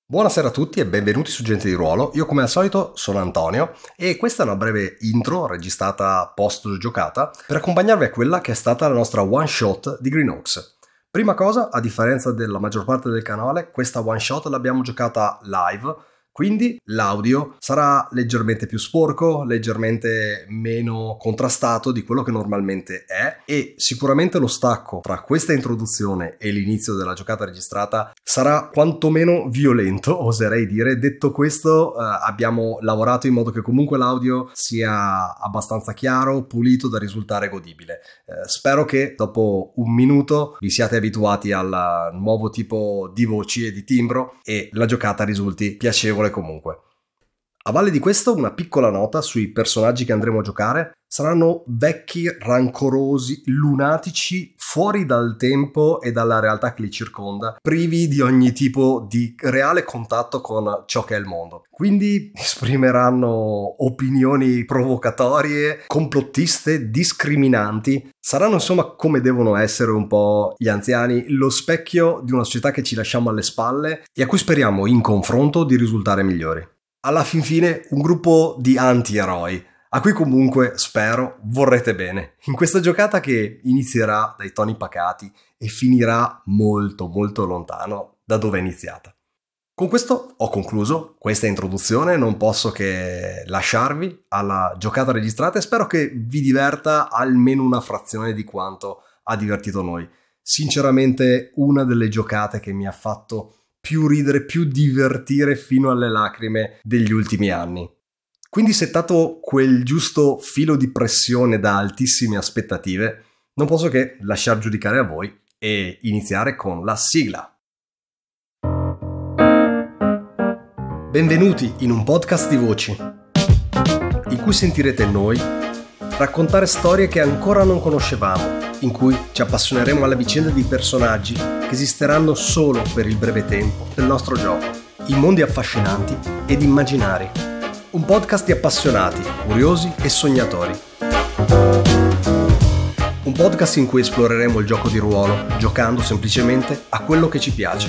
Buonasera a tutti e benvenuti su Gente di Ruolo. Io come al solito sono Antonio e questa è una breve intro registrata post giocata per accompagnarvi a quella che è stata la nostra one shot di Green Oaks. Prima cosa, a differenza della maggior parte del canale, questa one shot l'abbiamo giocata live, quindi l'audio sarà leggermente più sporco, leggermente meno contrastato di quello che normalmente è e sicuramente lo stacco tra questa introduzione e l'inizio della giocata registrata sarà quantomeno violento, oserei dire. Detto questo, abbiamo lavorato in modo che comunque l'audio sia abbastanza chiaro, pulito da risultare godibile. Spero che dopo un minuto vi siate abituati al nuovo tipo di voci e di timbro e la giocata risulti piacevole comunque. A valle di questo, una piccola nota sui personaggi che andremo a giocare. Saranno vecchi, rancorosi, lunatici, fuori dal tempo e dalla realtà che li circonda, privi di ogni tipo di reale contatto con ciò che è il mondo. Quindi esprimeranno opinioni provocatorie, complottiste, discriminanti. Saranno insomma come devono essere un po' gli anziani, lo specchio di una società che ci lasciamo alle spalle e a cui speriamo in confronto di risultare migliori. Alla fin fine un gruppo di anti-eroi, a cui comunque spero vorrete bene, in questa giocata che inizierà dai toni pacati e finirà molto molto lontano da dove è iniziata. Con questo ho concluso questa introduzione, non posso che lasciarvi alla giocata registrata e spero che vi diverta almeno una frazione di quanto ha divertito noi. Sinceramente una delle giocate che mi ha fatto più ridere, più divertire fino alle lacrime degli ultimi anni. Quindi, settato quel giusto filo di pressione da altissime aspettative, non posso che lasciar giudicare a voi e iniziare con la sigla. Benvenuti in un podcast di voci, in cui sentirete noi raccontare storie che ancora non conoscevamo, in cui ci appassioneremo alla vicenda di personaggi che esisteranno solo per il breve tempo del nostro gioco, in mondi affascinanti ed immaginari. Un podcast di appassionati, curiosi e sognatori. Un podcast in cui esploreremo il gioco di ruolo, giocando semplicemente a quello che ci piace.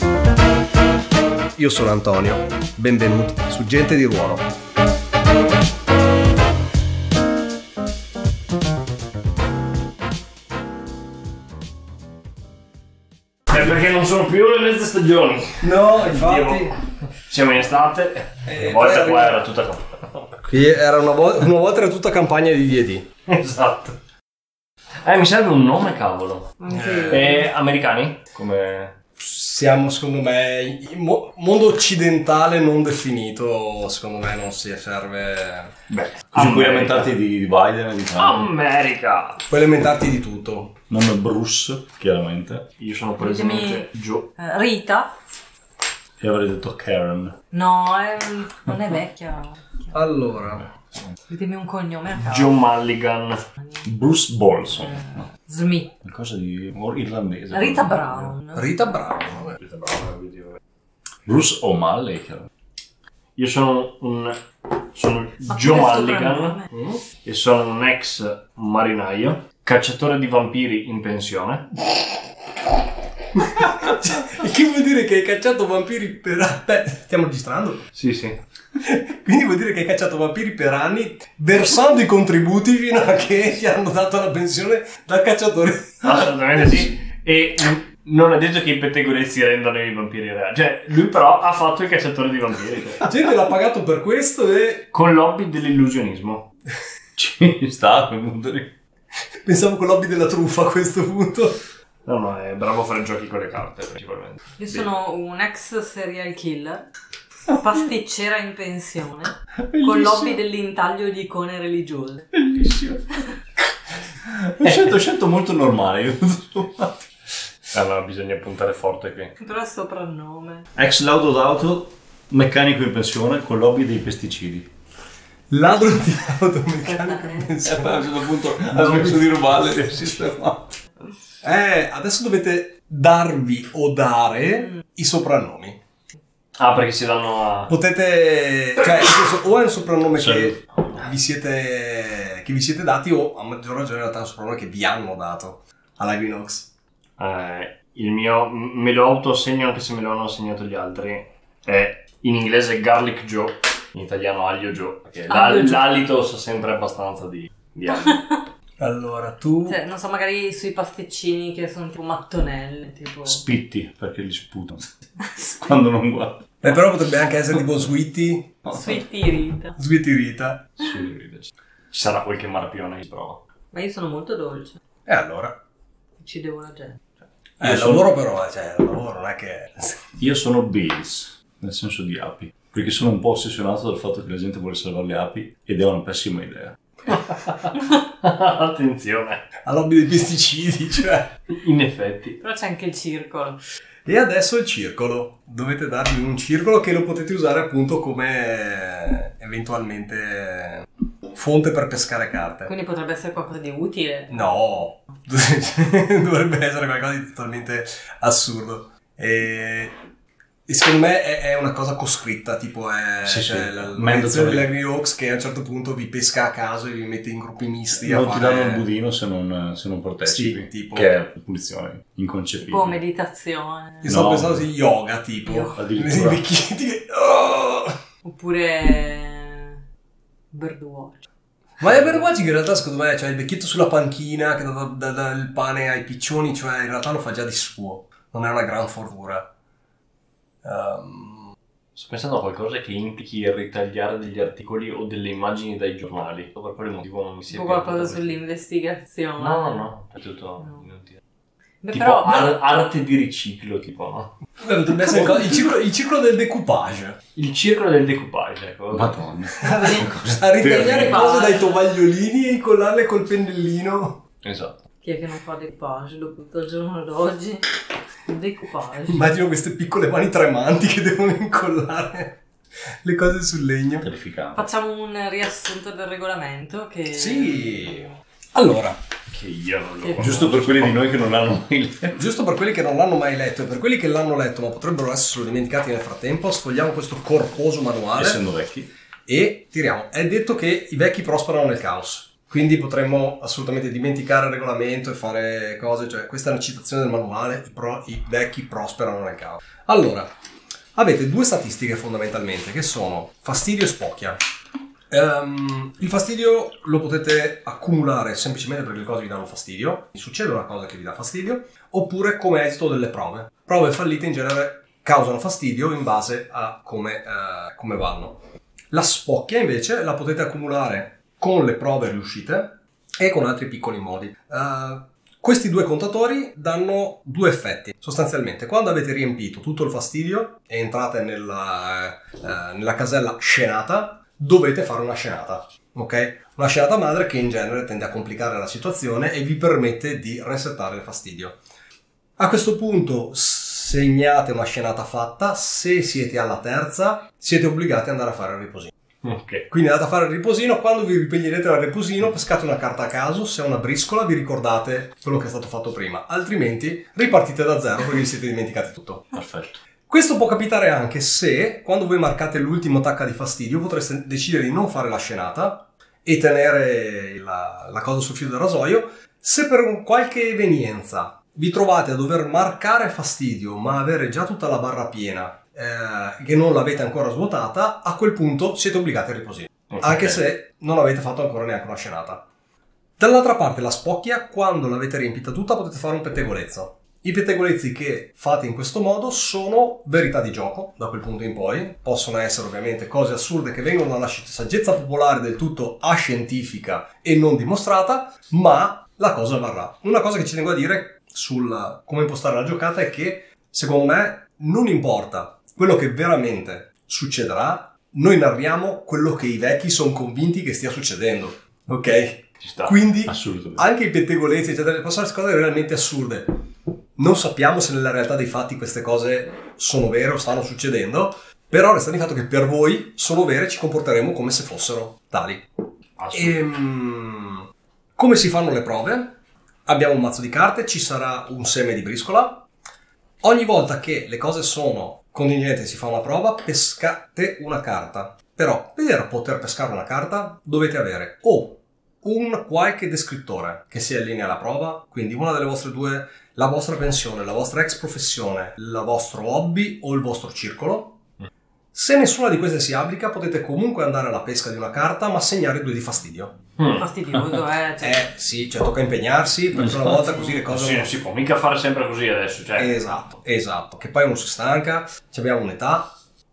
Io sono Antonio, benvenuti su Gente di Ruolo. Perché non sono più le mezze stagioni. No, infatti. Siamo in estate. Una volta qua era tutta campagna. Qui era una volta era tutta campagna di D&D. Esatto. Mi serve un nome, cavolo. Americani? Come... Siamo, secondo me, in mondo occidentale non definito, secondo me non si serve. Beh, così puoi lamentarti di Biden, diciamo. America. Puoi lamentarti di tutto. Nome Bruce, chiaramente. Io sono presidente Joe. Rita? E avrei detto Karen. No, non è vecchia. Allora, Ditemi un cognome a caso. Joe Mulligan. Bruce Bolson. Smith. Qualcosa di irlandese. Rita Brown. Rita Brown. Bruce O'Malley, chiaro. Io sono Joe Mulligan e sono un ex marinaio, cacciatore di vampiri in pensione. Che vuol dire che hai cacciato vampiri per... Beh, stiamo registrando? Sì. Quindi vuol dire che hai cacciato vampiri per anni, versando i contributi fino a che ti hanno dato la pensione da cacciatore. Assolutamente sì. E non è detto che i pettegolezzi rendano i vampiri reali. Cioè, lui però ha fatto il cacciatore di vampiri. La gente l'ha pagato per questo e... Con l'hobby dell'illusionismo. Ci sta, quel punto lì. Pensavo con l'hobby della truffa a questo punto. No, è bravo a fare giochi con le carte, principalmente. Io sono un ex serial killer, pasticcera in pensione, con l'hobby dell'intaglio di icone religiose. Bellissimo. Ho scelto molto normale. No, bisogna puntare forte qui. Però è soprannome. Ex laudo d'auto, meccanico in pensione, con l'hobby dei pesticidi. Ladro di auto, meccanico in pensione. Poi a un certo punto ha smesso di rubarle e si è sistemato. Adesso dovete darvi o dare i soprannomi. Perché si danno a... Potete, cioè, nel senso, o è un soprannome Sì. che vi siete dati, o a maggior ragione in realtà è un soprannome che vi hanno dato alla Green Oaks. Il mio me lo autosegno anche se me lo hanno assegnato gli altri. è in inglese Garlic Joe, in italiano Aglio Joe, perché l'alito sa sempre abbastanza di aglio. Allora, tu... Cioè, non so, magari sui pasticcini che sono tipo mattonelle, tipo... Spitti, perché li sputano quando non guardo. Però potrebbe anche essere tipo Sweetie. Sweetie Rita. Sweetie Rita. Ci sarà qualche marpione che prova. Ma io sono molto dolce. E allora? Ci devo la gente. Il lavoro però, cioè, il lavoro non è che... Io sono Bees, nel senso di api, perché sono un po' ossessionato dal fatto che la gente vuole salvare le api ed è una pessima idea. Attenzione. A lobby dei pesticidi, cioè... In effetti. Però c'è anche il circolo. E adesso il circolo. Dovete dargli un circolo che lo potete usare appunto come eventualmente fonte per pescare carte. Quindi potrebbe essere qualcosa di utile. No, dovrebbe essere qualcosa di totalmente assurdo. E secondo me è una cosa coscritta, tipo è la maledizione degli Green Oaks che a un certo punto vi pesca a caso e vi mette in gruppi misti. Non ti danno il budino se non partecipi, sì, tipo, che è punizione inconcepibile. Tipo meditazione. Io stavo pensando di yoga, tipo. Addirittura. Dei vecchietti che... Oh! Oppure birdwatch. Ma è Birdwatch in realtà secondo me, cioè il vecchietto sulla panchina che dà il pane ai piccioni, cioè in realtà lo fa già di suo, non è una gran fortuna. Sto pensando a qualcosa che implichi il ritagliare degli articoli o delle immagini dai giornali. Per quale motivo non mi si è O qualcosa sull'investigazione. No, è tutto inutile. Beh, Tipo però arte di riciclo, tipo, no? Potrebbe essere il ciclo del decoupage. Il circolo del decoupage, ecco. Madonna. A ritagliare cose dai tovagliolini e incollarle col pennellino. Esatto. chi è che non fa decoupage dopo tutto il giorno d'oggi? Decoupage. Immagino queste piccole mani tremanti che devono incollare le cose sul legno. Terrificante. Facciamo un riassunto del regolamento che... Sì. Allora, Che io non lo conosco. Giusto per quelli di noi che non l'hanno mai letto. giusto per quelli che non l'hanno mai letto e per quelli che l'hanno letto ma potrebbero esserselo dimenticati nel frattempo, sfogliamo questo corposo manuale Essendo vecchi. e tiriamo. È detto che i vecchi prosperano nel caos, quindi potremmo assolutamente dimenticare il regolamento e fare cose, cioè questa è una citazione del manuale, i vecchi prosperano nel caos. Allora, avete due statistiche fondamentalmente che sono fastidio e spocchia. Il fastidio lo potete accumulare semplicemente perché le cose vi danno fastidio, succede una cosa che vi dà fastidio, oppure come esito delle prove. Prove fallite in genere causano fastidio in base a come vanno. La spocchia invece la potete accumulare con le prove riuscite e con altri piccoli modi. Questi due contatori danno due effetti. Sostanzialmente, quando avete riempito tutto il fastidio e entrate nella casella scenata, dovete fare una scenata, ok? Una scenata madre che in genere tende a complicare la situazione e vi permette di resettare il fastidio. A questo punto segnate una scenata fatta, se siete alla terza siete obbligati ad andare a fare il riposino. Ok. Quindi andate a fare il riposino, quando vi ripegnerete dal riposino pescate una carta a caso, se è una briscola vi ricordate quello che è stato fatto prima, altrimenti ripartite da zero perché vi siete dimenticati tutto. Perfetto. Questo può capitare anche se, quando voi marcate l'ultimo tacca di fastidio, potreste decidere di non fare la scenata e tenere la cosa sul filo del rasoio. Se per qualche evenienza vi trovate a dover marcare fastidio, ma avere già tutta la barra piena, che non l'avete ancora svuotata, a quel punto siete obbligati a riposare, Okay. anche se non avete fatto ancora neanche una scenata. Dall'altra parte, la spocchia, quando l'avete riempita tutta, potete fare un pettegolezzo. I pettegolezzi che fate in questo modo sono verità di gioco, da quel punto in poi. Possono essere ovviamente cose assurde che vengono dalla saggezza popolare del tutto ascientifica e non dimostrata, ma la cosa varrà. Una cosa che ci tengo a dire sul come impostare la giocata è che, secondo me, non importa quello che veramente succederà, noi narriamo quello che i vecchi sono convinti che stia succedendo, ok? Ci sta. Quindi Assolutamente. anche i pettegolezzi, eccetera, possono essere cose realmente assurde. Non sappiamo se nella realtà dei fatti queste cose sono vere o stanno succedendo, però resta di fatto che per voi sono vere e ci comporteremo come se fossero tali. Come si fanno le prove? Abbiamo un mazzo di carte, ci sarà un seme di briscola. Ogni volta che le cose sono contingenti e si fa una prova, pescate una carta. Però per poter pescare una carta dovete avere o un qualche descrittore che si allinea alla prova, quindi una delle vostre due, la vostra pensione, la vostra ex professione, il vostro hobby o il vostro circolo, Se nessuna di queste si applica, potete comunque andare alla pesca di una carta, ma segnare 2 di fastidio. Fastidioso, Sì, cioè tocca impegnarsi, perché una volta così le cose... Sì, non si può mica fare sempre così adesso, cioè. Esatto, che poi uno si stanca, abbiamo un'età.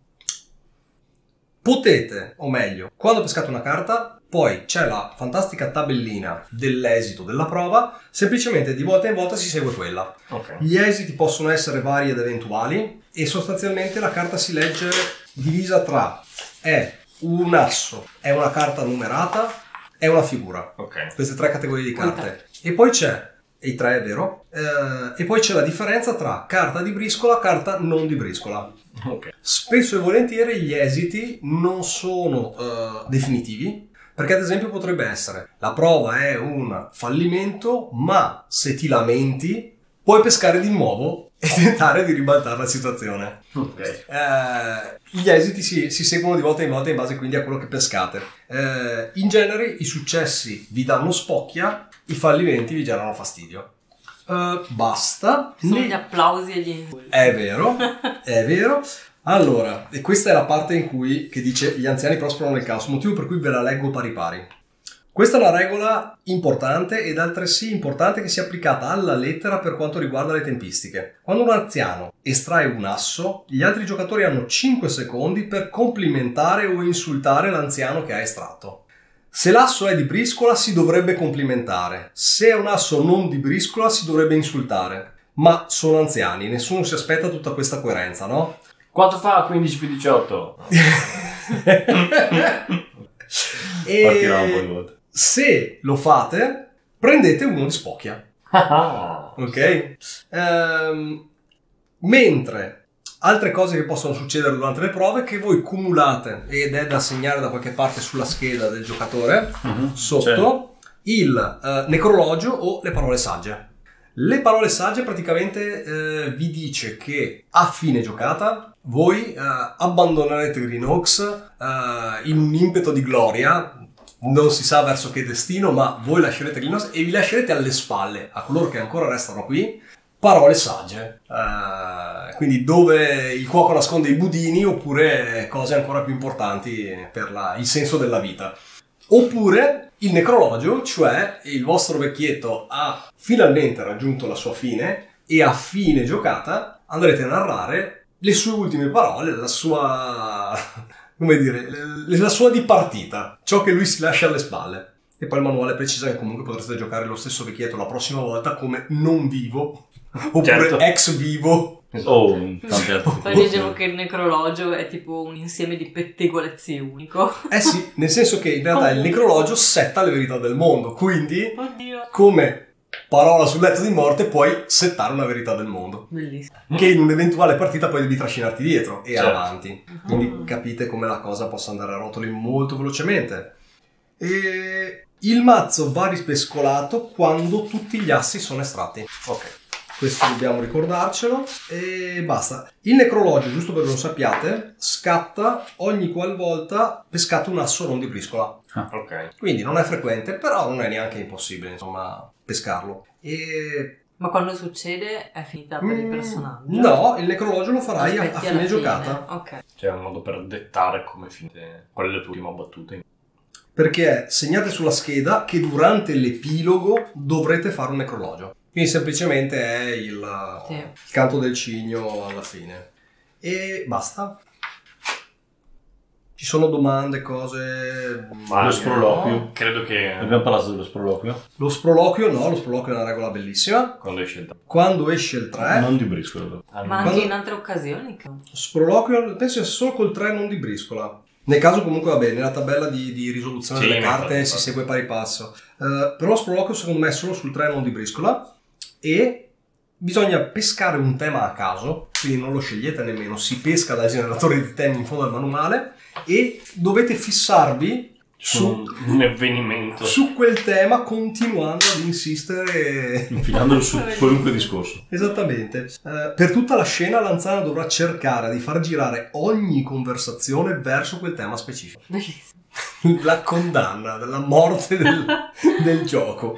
Potete, o meglio, quando pescate una carta, poi c'è la fantastica tabellina dell'esito della prova, semplicemente di volta in volta si segue quella. Ok. Gli esiti possono essere vari ed eventuali e sostanzialmente la carta si legge divisa tra è un asso, è una carta numerata, è una figura. Ok. Queste 3 categorie di carte. E poi c'è, e i 3 è vero, e poi c'è la differenza tra carta di briscola e carta non di briscola. Ok. Spesso e volentieri gli esiti non sono definitivi, perché ad esempio potrebbe essere la prova è un fallimento, ma se ti lamenti puoi pescare di nuovo e tentare di ribaltare la situazione. Ok. Gli esiti si seguono di volta in volta in base quindi a quello che pescate. In genere i successi vi danno spocchia, i fallimenti vi generano fastidio. Basta. Sono gli applausi e gli insulti. È vero. Allora, e questa è la parte in cui che dice gli anziani prosperano nel caos, motivo per cui ve la leggo pari pari. Questa è una regola importante ed altresì importante che sia applicata alla lettera per quanto riguarda le tempistiche. Quando un anziano estrae un asso, gli altri giocatori hanno 5 secondi per complimentare o insultare l'anziano che ha estratto. Se l'asso è di briscola si dovrebbe complimentare, se è un asso non di briscola si dovrebbe insultare. Ma sono anziani, nessuno si aspetta tutta questa coerenza, no? Quanto fa 15 più 18? Partirà un po' di volte. Se lo fate, prendete uno di spocchia. Ok? Mentre altre cose che possono succedere durante le prove che voi cumulate ed è da segnare da qualche parte sulla scheda del giocatore sotto il necrologio o le parole sagge. Le parole sagge praticamente vi dice che a fine giocata voi abbandonerete Green Oaks in un impeto di gloria, non si sa verso che destino, ma voi lascerete Green Oaks e vi lascerete alle spalle, a coloro che ancora restano qui, parole sagge. Quindi dove il cuoco nasconde i budini oppure cose ancora più importanti per il senso della vita. Oppure il necrologio, cioè il vostro vecchietto ha finalmente raggiunto la sua fine e a fine giocata andrete a narrare le sue ultime parole, la sua, come dire, la sua dipartita, ciò che lui si lascia alle spalle. E poi il manuale precisa che comunque potreste giocare lo stesso vecchietto la prossima volta come non vivo, oppure ex vivo. Tanti altri. Poi dicevo che il necrologio è tipo un insieme di pettegolezzi unico. Sì, nel senso che in realtà il necrologio setta le verità del mondo, quindi Oddio. come parola sul letto di morte puoi settare una verità del mondo. Bellissimo. Che in un'eventuale partita poi devi trascinarti dietro e Certo. avanti. Quindi capite come la cosa possa andare a rotoli molto velocemente. E il mazzo va rispescolato quando tutti gli assi sono estratti. Ok. Questo dobbiamo ricordarcelo e basta. Il necrologio, giusto per che lo sappiate, scatta ogni qualvolta pescate un asso non di briscola. Ok. Quindi non è frequente, però non è neanche impossibile, insomma, pescarlo. Ma quando succede è finita per il personaggio? No, il necrologio lo farai a Aspetti fine alla giocata. Ok. C'è un modo per dettare come finite. Qual è la tua ultima battuta? Perché segnate sulla scheda che durante l'epilogo dovrete fare un necrologio. Quindi semplicemente è il canto del cigno alla fine. E basta. Ci sono domande, cose... Lo sproloquio. Credo che Abbiamo parlato dello sproloquio. Lo sproloquio no, lo sproloquio è una regola bellissima. quando esce il Quando esce il 3, Non di briscola. Ma anche Quando- in altre occasioni? sproloquio penso sia solo col 3 non di briscola. Nel caso comunque va bene, nella tabella di risoluzione Sì, delle carte infatti. si segue pari passo. Però lo sproloquio secondo me è solo sul 3 non di briscola e bisogna pescare un tema a caso, quindi non lo scegliete nemmeno, si pesca dal generatore di temi in fondo al manuale e dovete fissarvi un avvenimento. su quel tema continuando ad insistere. Infilandolo su qualunque discorso. Esattamente. Per tutta la scena l'anziano dovrà cercare di far girare ogni conversazione verso quel tema specifico. Bellissimo. La condanna della morte del gioco.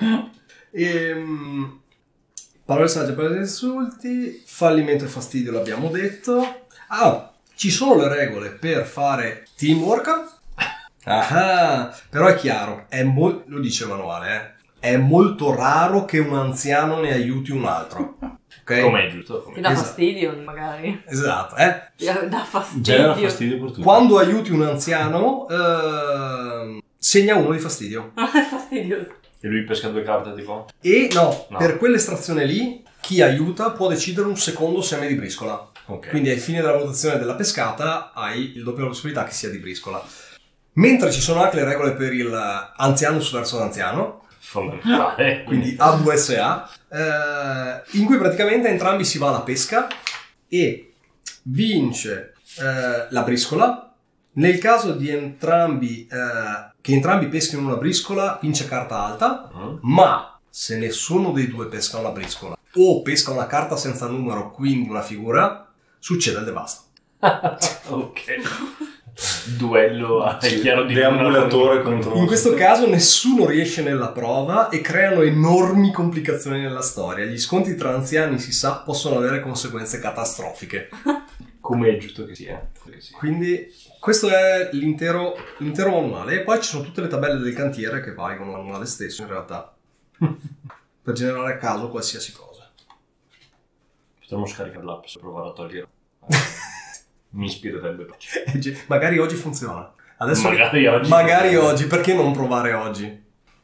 Parole sagge, parole di insulti, fallimento e fastidio l'abbiamo detto. Ci sono le regole per fare teamwork. Però è chiaro, lo dice il manuale, è molto raro che un anziano ne aiuti un altro. Okay? Com'è giusto? Ti dà fastidio, magari. Esatto, Dà fastidio. Genera fastidio per tutti. Quando aiuti un anziano, segna 1 di fastidio. È fastidioso. E lui pesca 2 carte tipo? E no, per quell'estrazione lì, chi aiuta può decidere un secondo seme di briscola. Ok. Quindi ai fini della valutazione della pescata hai il doppio della possibilità che sia di briscola. Mentre ci sono anche le regole per il anzianus verso l'anziano, Fondamentale. quindi A2SA, in cui praticamente entrambi si va alla pesca e vince la briscola. Nel caso di entrambi che entrambi peschino una briscola, vince carta alta, ma se nessuno dei due pesca una briscola o pesca una carta senza numero, quindi una figura, succede il devasto. Ok. Duello a chiaro di deambulatore contro... In questo caso nessuno riesce nella prova e creano enormi complicazioni nella storia. Gli scontri tra anziani, si sa, possono avere conseguenze catastrofiche. Come è giusto che sia. Quindi questo è l'intero manuale. E poi ci sono tutte le tabelle del cantiere che valgono al manuale stesso, in realtà. Per generare a caso qualsiasi cosa. Potremmo scaricare l'app per provare a togliere. Mi ispirerebbe. Magari oggi funziona. Adesso Magari oggi, perché non provare oggi?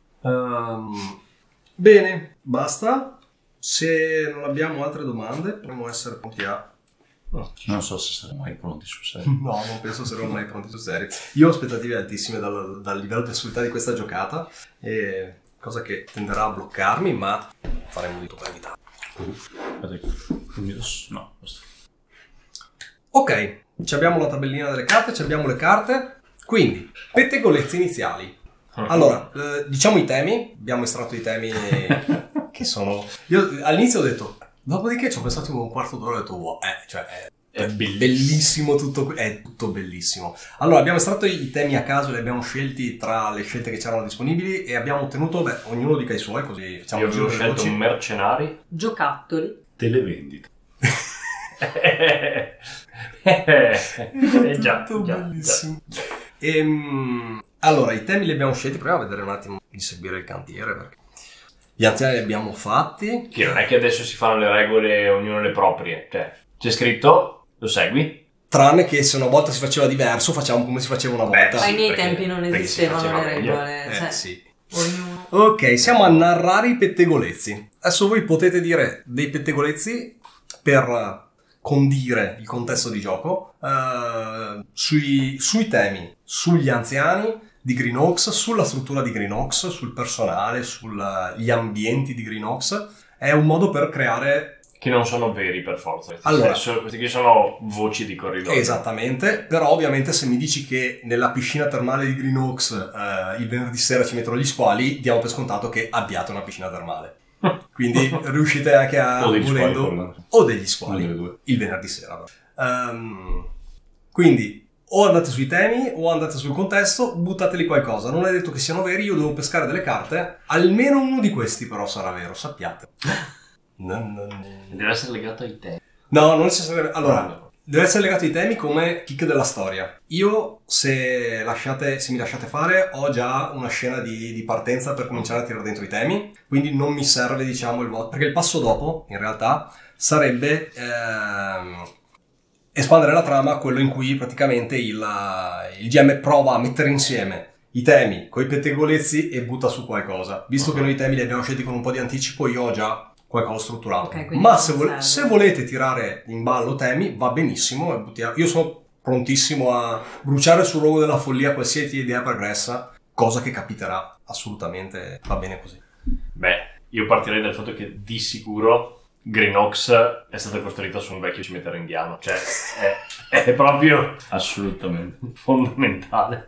Bene, basta. Se non abbiamo altre domande, potremmo essere pronti a... Non so se saremo mai pronti sul serio. No, non penso saremo mai pronti sul serio. Io ho aspettative altissime dal livello di assolurità di questa giocata, cosa che tenderà a bloccarmi, ma faremo di tutto per evitare. No, basta. Ok, abbiamo la tabellina delle carte, abbiamo le carte, quindi pettegolezzi iniziali. Allora, diciamo i temi, abbiamo estratto i temi che sono... Io all'inizio ho detto, dopodiché ci ho pensato in un quarto d'ora e ho detto, è bellissimo tutto, è tutto bellissimo. Allora, abbiamo estratto i temi a caso, li abbiamo scelti tra le scelte che c'erano disponibili e abbiamo ottenuto, ognuno dica i suoi, così facciamo Io un avevo giro scelto veloci. Giocattoli. Televendite. Già, Bellissimo. Allora, i temi li abbiamo scelti, proviamo a vedere un attimo di seguire il cantiere, perché gli anziani li abbiamo fatti. Che non è che adesso si fanno le regole, ognuno le proprie. Cioè, c'è scritto, lo segui. Tranne che se una volta si faceva diverso, facciamo come si faceva una volta. Ma ai miei perché- tempi non perché si esistevano faceva le meglio. regole. Cioè, Sì. ognuno... Ok, siamo a narrare i pettegolezzi. Adesso voi potete dire dei pettegolezzi per condire il contesto di gioco sui temi, sugli anziani di Green Oaks, sulla struttura di Green Oaks, sul personale, sugli ambienti di Green Oaks. È un modo per creare... Che non sono veri per forza. Allora. Questi qui sono voci di corridoio. Esattamente, però ovviamente se mi dici che nella piscina termale di Green Oaks il venerdì sera ci mettono gli squali, diamo per scontato che abbiate una piscina termale. Quindi riuscite anche a... O degli squali, volendo, o degli squali, Una delle due. il venerdì sera. Quindi o andate sui temi o andate sul contesto, buttateli qualcosa. Non è detto che siano veri, io devo pescare delle carte, almeno uno di questi però sarà vero, sappiate. Deve essere legato ai temi. No, non necessariamente. Allora, deve essere legato ai temi come kick della storia. Io, se mi lasciate fare, ho già una scena di partenza per cominciare a tirare dentro i temi, quindi non mi serve, diciamo, il voto. Perché il passo dopo, in realtà, sarebbe espandere la trama, quello in cui praticamente il GM prova a mettere insieme i temi coi pettegolezzi e butta su qualcosa. Visto che noi i temi li abbiamo scelti con un po' di anticipo, io ho già qualcosa strutturato. Ok, quindi Ma non se volete tirare in ballo temi, va benissimo. Io sono prontissimo a bruciare sul rogo della follia qualsiasi idea pregressa, cosa che capiterà assolutamente, va bene così. Beh, io partirei dal fatto che di sicuro Green Oaks è stata costruita su un vecchio cimitero indiano. Cioè, è proprio Assolutamente. fondamentale.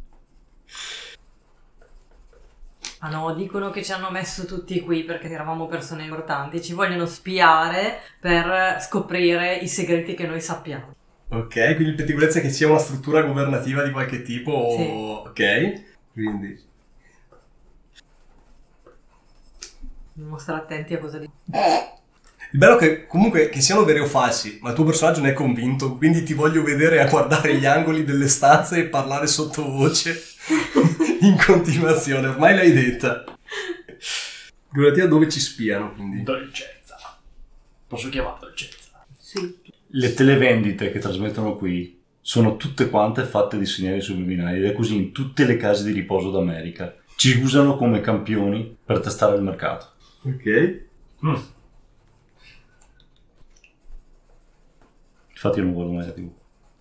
Ah no, dicono che ci hanno messo tutti qui perché eravamo persone importanti, ci vogliono spiare per scoprire i segreti che noi sappiamo. Ok, quindi il pettegolezzo è che sia una struttura governativa di qualche tipo o... Sì. Ok, quindi... Dobbiamo stare attenti a cosa dico. Il bello è che comunque che siano veri o falsi, ma il tuo personaggio ne è convinto, quindi ti voglio vedere a guardare gli angoli delle stanze e parlare sottovoce in continuazione, ormai l'hai detta. Guardate dove ci spiano, quindi. Dolcezza. Posso chiamare dolcezza? Sì. Le televendite che trasmettono qui sono tutte quante fatte di segnali subliminali ed è così in tutte le case di riposo d'America. Ci usano come campioni per testare il mercato. Ok. Infatti io non guardo mai la TV.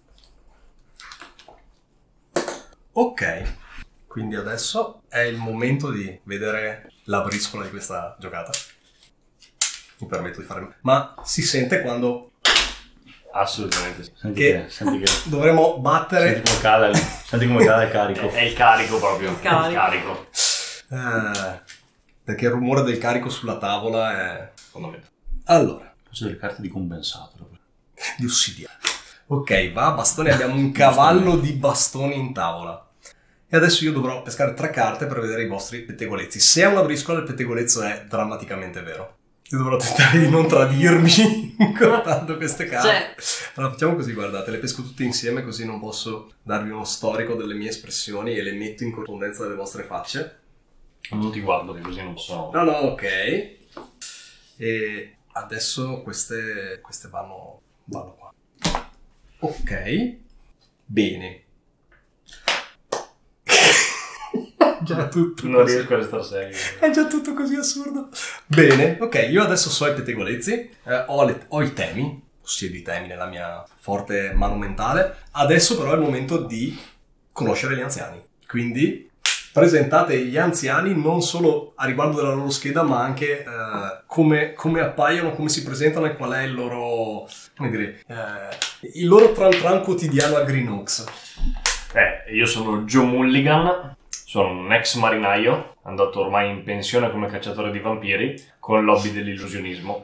Ok. Quindi adesso è il momento di vedere la briscola di questa giocata. Mi permetto di fare... Ma si sente quando... Assolutamente sì. Senti Che- senti che Dovremmo battere... senti come cala, senti come cala il carico. È il carico proprio. Il carico. Il carico. Perché il rumore del carico sulla tavola è Fondamentale. allora Faccio delle carte di compensato. di ossidiana. Ok, va a bastoni, abbiamo un cavallo di bastoni in tavola. E adesso io dovrò pescare 3 carte per vedere i vostri pettegolezzi. Se è una briscola, il pettegolezzo è drammaticamente vero. Io dovrò tentare di non tradirmi guardando queste carte. Allora facciamo così, guardate, le pesco tutte insieme così non posso darvi uno storico delle mie espressioni e le metto in corrispondenza delle vostre facce. Non ti guardo che così non posso... No, ok. E adesso queste vanno qua. Ok. Bene. Già tutto Non così. riesco a restare serio. È già tutto così assurdo. Bene, ok, io adesso so i pettegolezzi, ho i temi, possiedo i temi nella mia forte mano mentale. Adesso però è il momento di conoscere gli anziani. Quindi presentate gli anziani non solo a riguardo della loro scheda, ma anche come appaiono, come si presentano e qual è il loro, il loro tran quotidiano a Green Oaks. Io sono Joe Mulligan, sono un ex marinaio, andato ormai in pensione come cacciatore di vampiri, con l'hobby dell'illusionismo.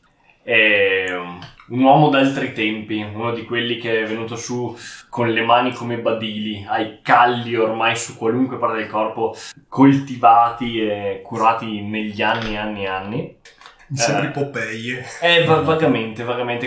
È un uomo d'altri tempi, uno di quelli che è venuto su con le mani come badili, ai calli ormai su qualunque parte del corpo, coltivati e curati negli anni e anni e anni. Mi sembri Popeye. Vagamente,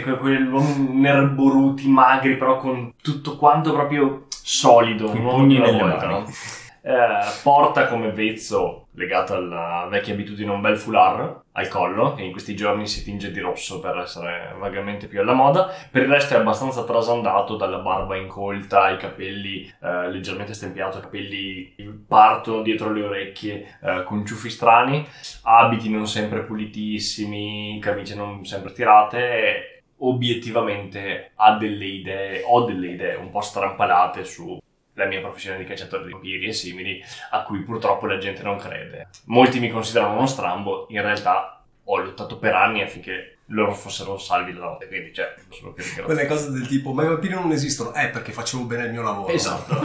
nerboruti, magri, però con tutto quanto proprio solido, Con i un uomo pugni di una nelle volta, mani. no? Porta come vezzo, legato alla vecchia abitudine, un bel foulard al collo, che in questi giorni si tinge di rosso per essere vagamente più alla moda. Per il resto è abbastanza trasandato, dalla barba incolta ai capelli leggermente stempiato, capelli in parto dietro le orecchie, con ciuffi strani, abiti non sempre pulitissimi, camicie non sempre tirate. Obiettivamente ho delle idee un po' strampalate su la mia professione di cacciatore di vampiri e simili, a cui purtroppo la gente non crede. Molti mi considerano uno strambo, in realtà ho lottato per anni affinché loro fossero salvi la notte, quindi solo che ringrazio. Quelle cose del tipo, ma i vampiri non esistono, perché facevo bene il mio lavoro. Esatto.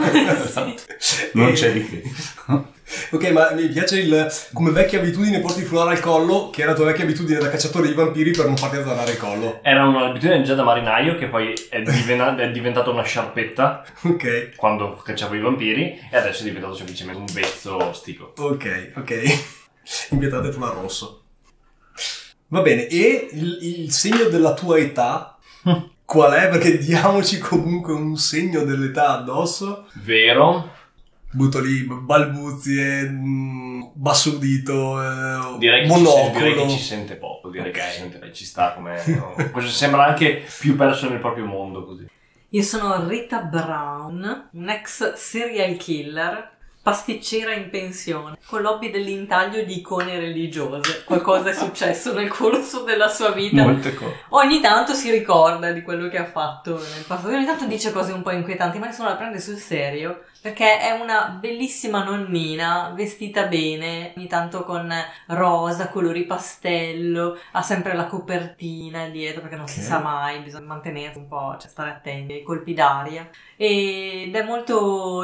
Non c'è di che. Ok, ma mi piace come vecchia abitudine porti il foulard al collo, che era la tua vecchia abitudine da cacciatore di vampiri per non farti azzanare il collo. Era un'abitudine già da marinaio che poi è diventata una sciarpetta Ok, quando cacciavo i vampiri e adesso è diventato semplicemente un vezzo stico. ok. Invietate il foulard rosso. Va bene, e il segno della tua età qual è? Perché diamoci comunque un segno dell'età addosso. Vero? Butto lì balbuzie, basso udito, Direi che monocolo. ci sente poco, ci sta come... Sembra anche più perso nel proprio mondo così. Io sono Rita Brown, un ex serial killer, pasticcera in pensione, con l'hobby dell'intaglio di icone religiose. Qualcosa è successo nel corso della sua vita. Molte cose. Ogni tanto si ricorda di quello che ha fatto nel passato, ogni tanto dice cose un po' inquietanti, ma nessuno la prende sul serio, perché è una bellissima nonnina, vestita bene, ogni tanto con rosa, colori pastello, ha sempre la copertina dietro, perché non si sa mai, bisogna mantenersi un po', stare attenti ai colpi d'aria, ed è molto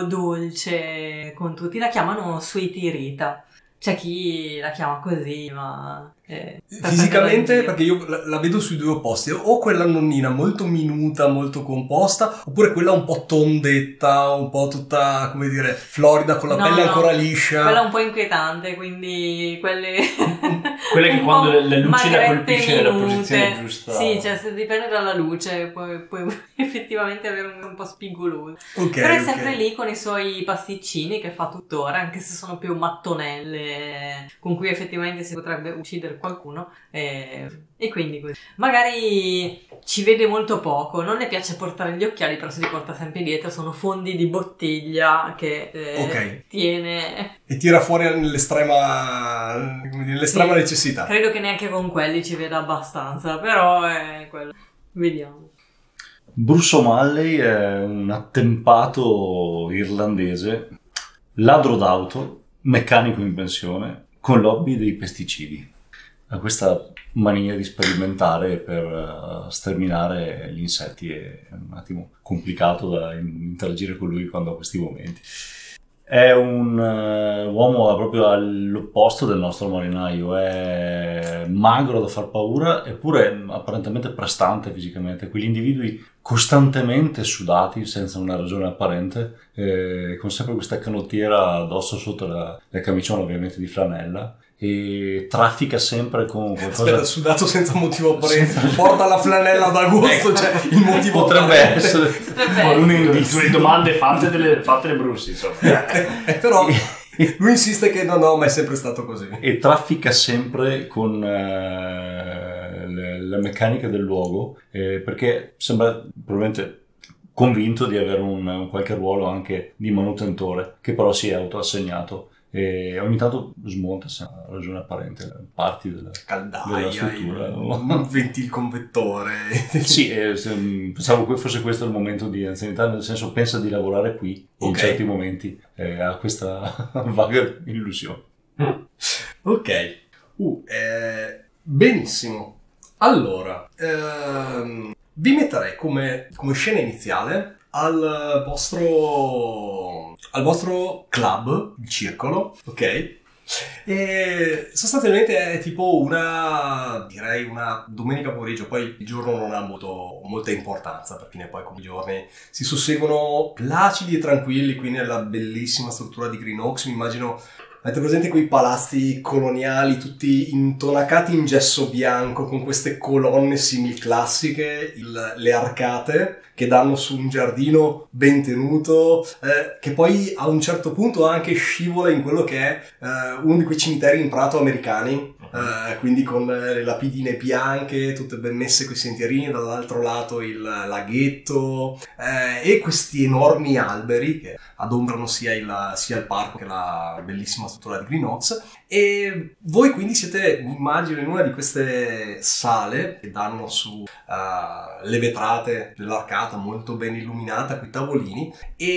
dolce con tutti, la chiamano Sweetie Rita. C'è chi la chiama così, ma Fisicamente, perché io la vedo sui due opposti, o quella nonnina molto minuta, molto composta, oppure quella un po' tondetta, un po' tutta, come dire, florida, con la pelle ancora liscia. Quella un po' inquietante, quindi quelle che quando la luce la colpisce nella posizione giusta. Sì, cioè se dipende dalla luce, puoi effettivamente avere un po' spigoloso. Però è sempre lì con i suoi pasticcini che fa tuttora, anche se sono più mattonelle con cui effettivamente si potrebbe uccidere qualcuno, e quindi così. Magari ci vede molto poco, non le piace portare gli occhiali, però se li porta sempre dietro. Sono fondi di bottiglia che tiene e tira fuori nell'estrema necessità. Credo che neanche con quelli ci veda abbastanza, però è quello. Vediamo. Bruce O'Malley è un attempato irlandese, ladro d'auto, meccanico in pensione, con l'hobby dei pesticidi. Ha questa mania di sperimentare per sterminare gli insetti. È un attimo complicato da interagire con lui quando ha questi momenti. È un uomo proprio all'opposto del nostro marinaio, è magro da far paura, eppure apparentemente prestante fisicamente. Quegli individui costantemente sudati senza una ragione apparente, con sempre questa canottiera addosso sotto la camiciona ovviamente di flanella, e traffica sempre con qualcosa. Aspetta, sudato senza motivo apparente, porta la flanella d'agosto, cioè il motivo potrebbe essere sulle domande fatte le Bruce, insomma. Però lui insiste che no, ma è sempre stato così. E traffica sempre con la meccanica del luogo, perché sembra probabilmente convinto di avere un qualche ruolo anche di manutentore, che però si è autoassegnato. E ogni tanto smonta senza ragione apparente parti della struttura, il convettore. Sì, pensavo che fosse questo il momento di anzianità, nel senso pensa di lavorare qui in certi momenti, ha questa vaga illusione. Ok, benissimo. Allora, vi metterei come scena iniziale al vostro club, il circolo, ok? E sostanzialmente è tipo una domenica pomeriggio, poi il giorno non ha molta importanza, perché poi come i giorni si susseguono placidi e tranquilli qui nella bellissima struttura di Green Oaks. Mi immagino, avete presente quei palazzi coloniali tutti intonacati in gesso bianco con queste colonne similclassiche, le arcate che danno su un giardino ben tenuto, che poi a un certo punto anche scivola in quello che è uno di quei cimiteri in prato americani, quindi con le lapidine bianche, tutte ben messe coi sentierini, dall'altro lato il laghetto, e questi enormi alberi che adombrano sia il parco che la bellissima struttura di Green Oaks. E voi quindi siete, immagino, in una di queste sale che danno su le vetrate dell'arcata molto ben illuminata, con i tavolini,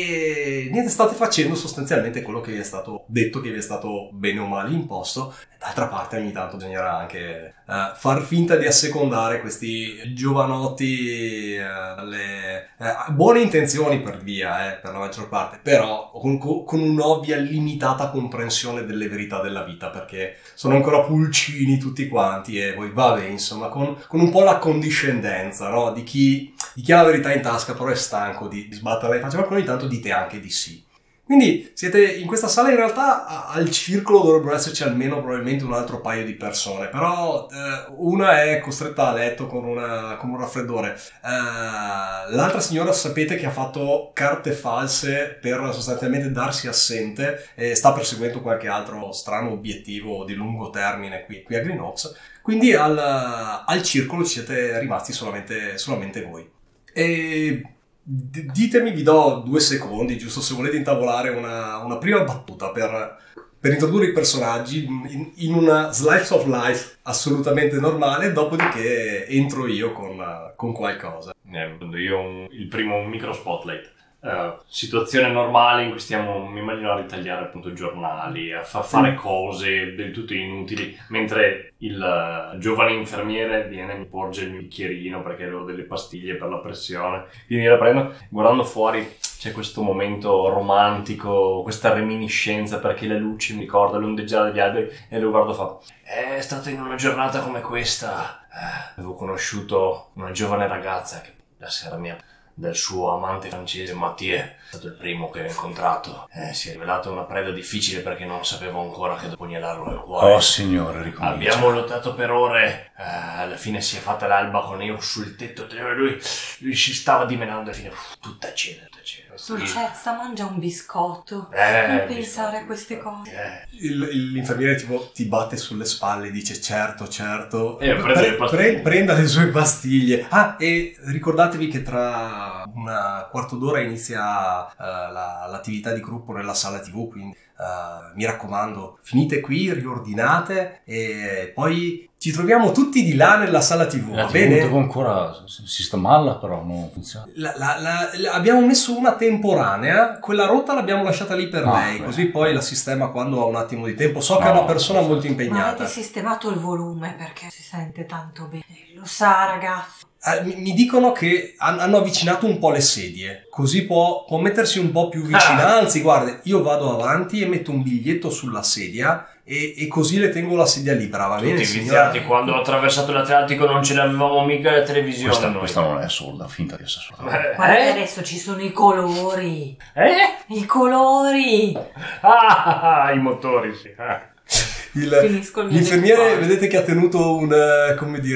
e niente, state facendo sostanzialmente quello che vi è stato detto, che vi è stato bene o male imposto. D'altra parte ogni tanto bisognerà anche far finta di assecondare questi giovanotti dalle buone intenzioni per via, per la maggior parte, però con un'ovvia limitata comprensione delle verità della vita, perché sono ancora pulcini tutti quanti, e voi vabbè, insomma, con un po' la condiscendenza, no? di chi ha la verità in tasca però è stanco di sbatterla in faccia, ma ogni tanto dite anche di sì. Quindi siete in questa sala, in realtà al circolo dovrebbero esserci almeno probabilmente un altro paio di persone, però una è costretta a letto con un raffreddore, l'altra signora sapete che ha fatto carte false per sostanzialmente darsi assente e sta perseguendo qualche altro strano obiettivo di lungo termine qui a Green Oaks, quindi al circolo ci siete rimasti solamente voi. E ditemi, vi do 2 secondi, giusto, se volete intavolare una prima battuta per introdurre i personaggi in una slice of life assolutamente normale, dopodiché entro io con qualcosa. Io il primo un micro spotlight. Situazione normale in cui stiamo, mi immagino, a ritagliare appunto giornali, a fare cose del tutto inutili, mentre il giovane infermiere viene e mi porge il mio bicchierino perché avevo delle pastiglie per la pressione, quindi la prendo, guardando fuori c'è questo momento romantico, questa reminiscenza, perché le luci mi ricorda l'ondeggiare degli alberi, e lo guardo e fa: è stata in una giornata come questa, avevo conosciuto una giovane ragazza che la sera mia del suo amante francese Mathieu, è stato il primo che ho incontrato. Si è rivelato una preda difficile perché non sapevo ancora che dovevo pugnalarlo nel cuore. Oh signore, ricomincia. Abbiamo lottato per ore, alla fine si è fatta l'alba con io sul tetto, lui si stava dimenando, alla fine tutta cena. Dolcezza, mangia un biscotto. Non pensare a queste cose. L'infermiere tipo ti batte sulle spalle e dice certo. Prenda le sue pastiglie. E ricordatevi che tra un quarto d'ora inizia l'attività di gruppo nella sala TV, quindi mi raccomando, finite qui, riordinate e poi ci troviamo tutti di là nella sala TV, va bene? Devo ancora, si sta male, però non funziona. Abbiamo messo una temporanea, quella rotta l'abbiamo lasciata lì per lei, così poi la sistema quando ha un attimo di tempo. So che è una persona molto Ma impegnata. avete sistemato il volume perché si sente tanto bene, lo sa ragazzo. Mi dicono che hanno avvicinato un po' le sedie, così può mettersi un po' più vicina. Anzi, guarda, io vado avanti e metto un biglietto sulla sedia e così le tengo la sedia libera, va bene? Tutti viziati, quando ho attraversato l'Atlantico non ce l'avevamo mica la televisione. Questa non è sorda, finta di essere sorda. Guarda che adesso ci sono i colori. I colori. I motori, sì. L'infermiere vedete che ha tenuto una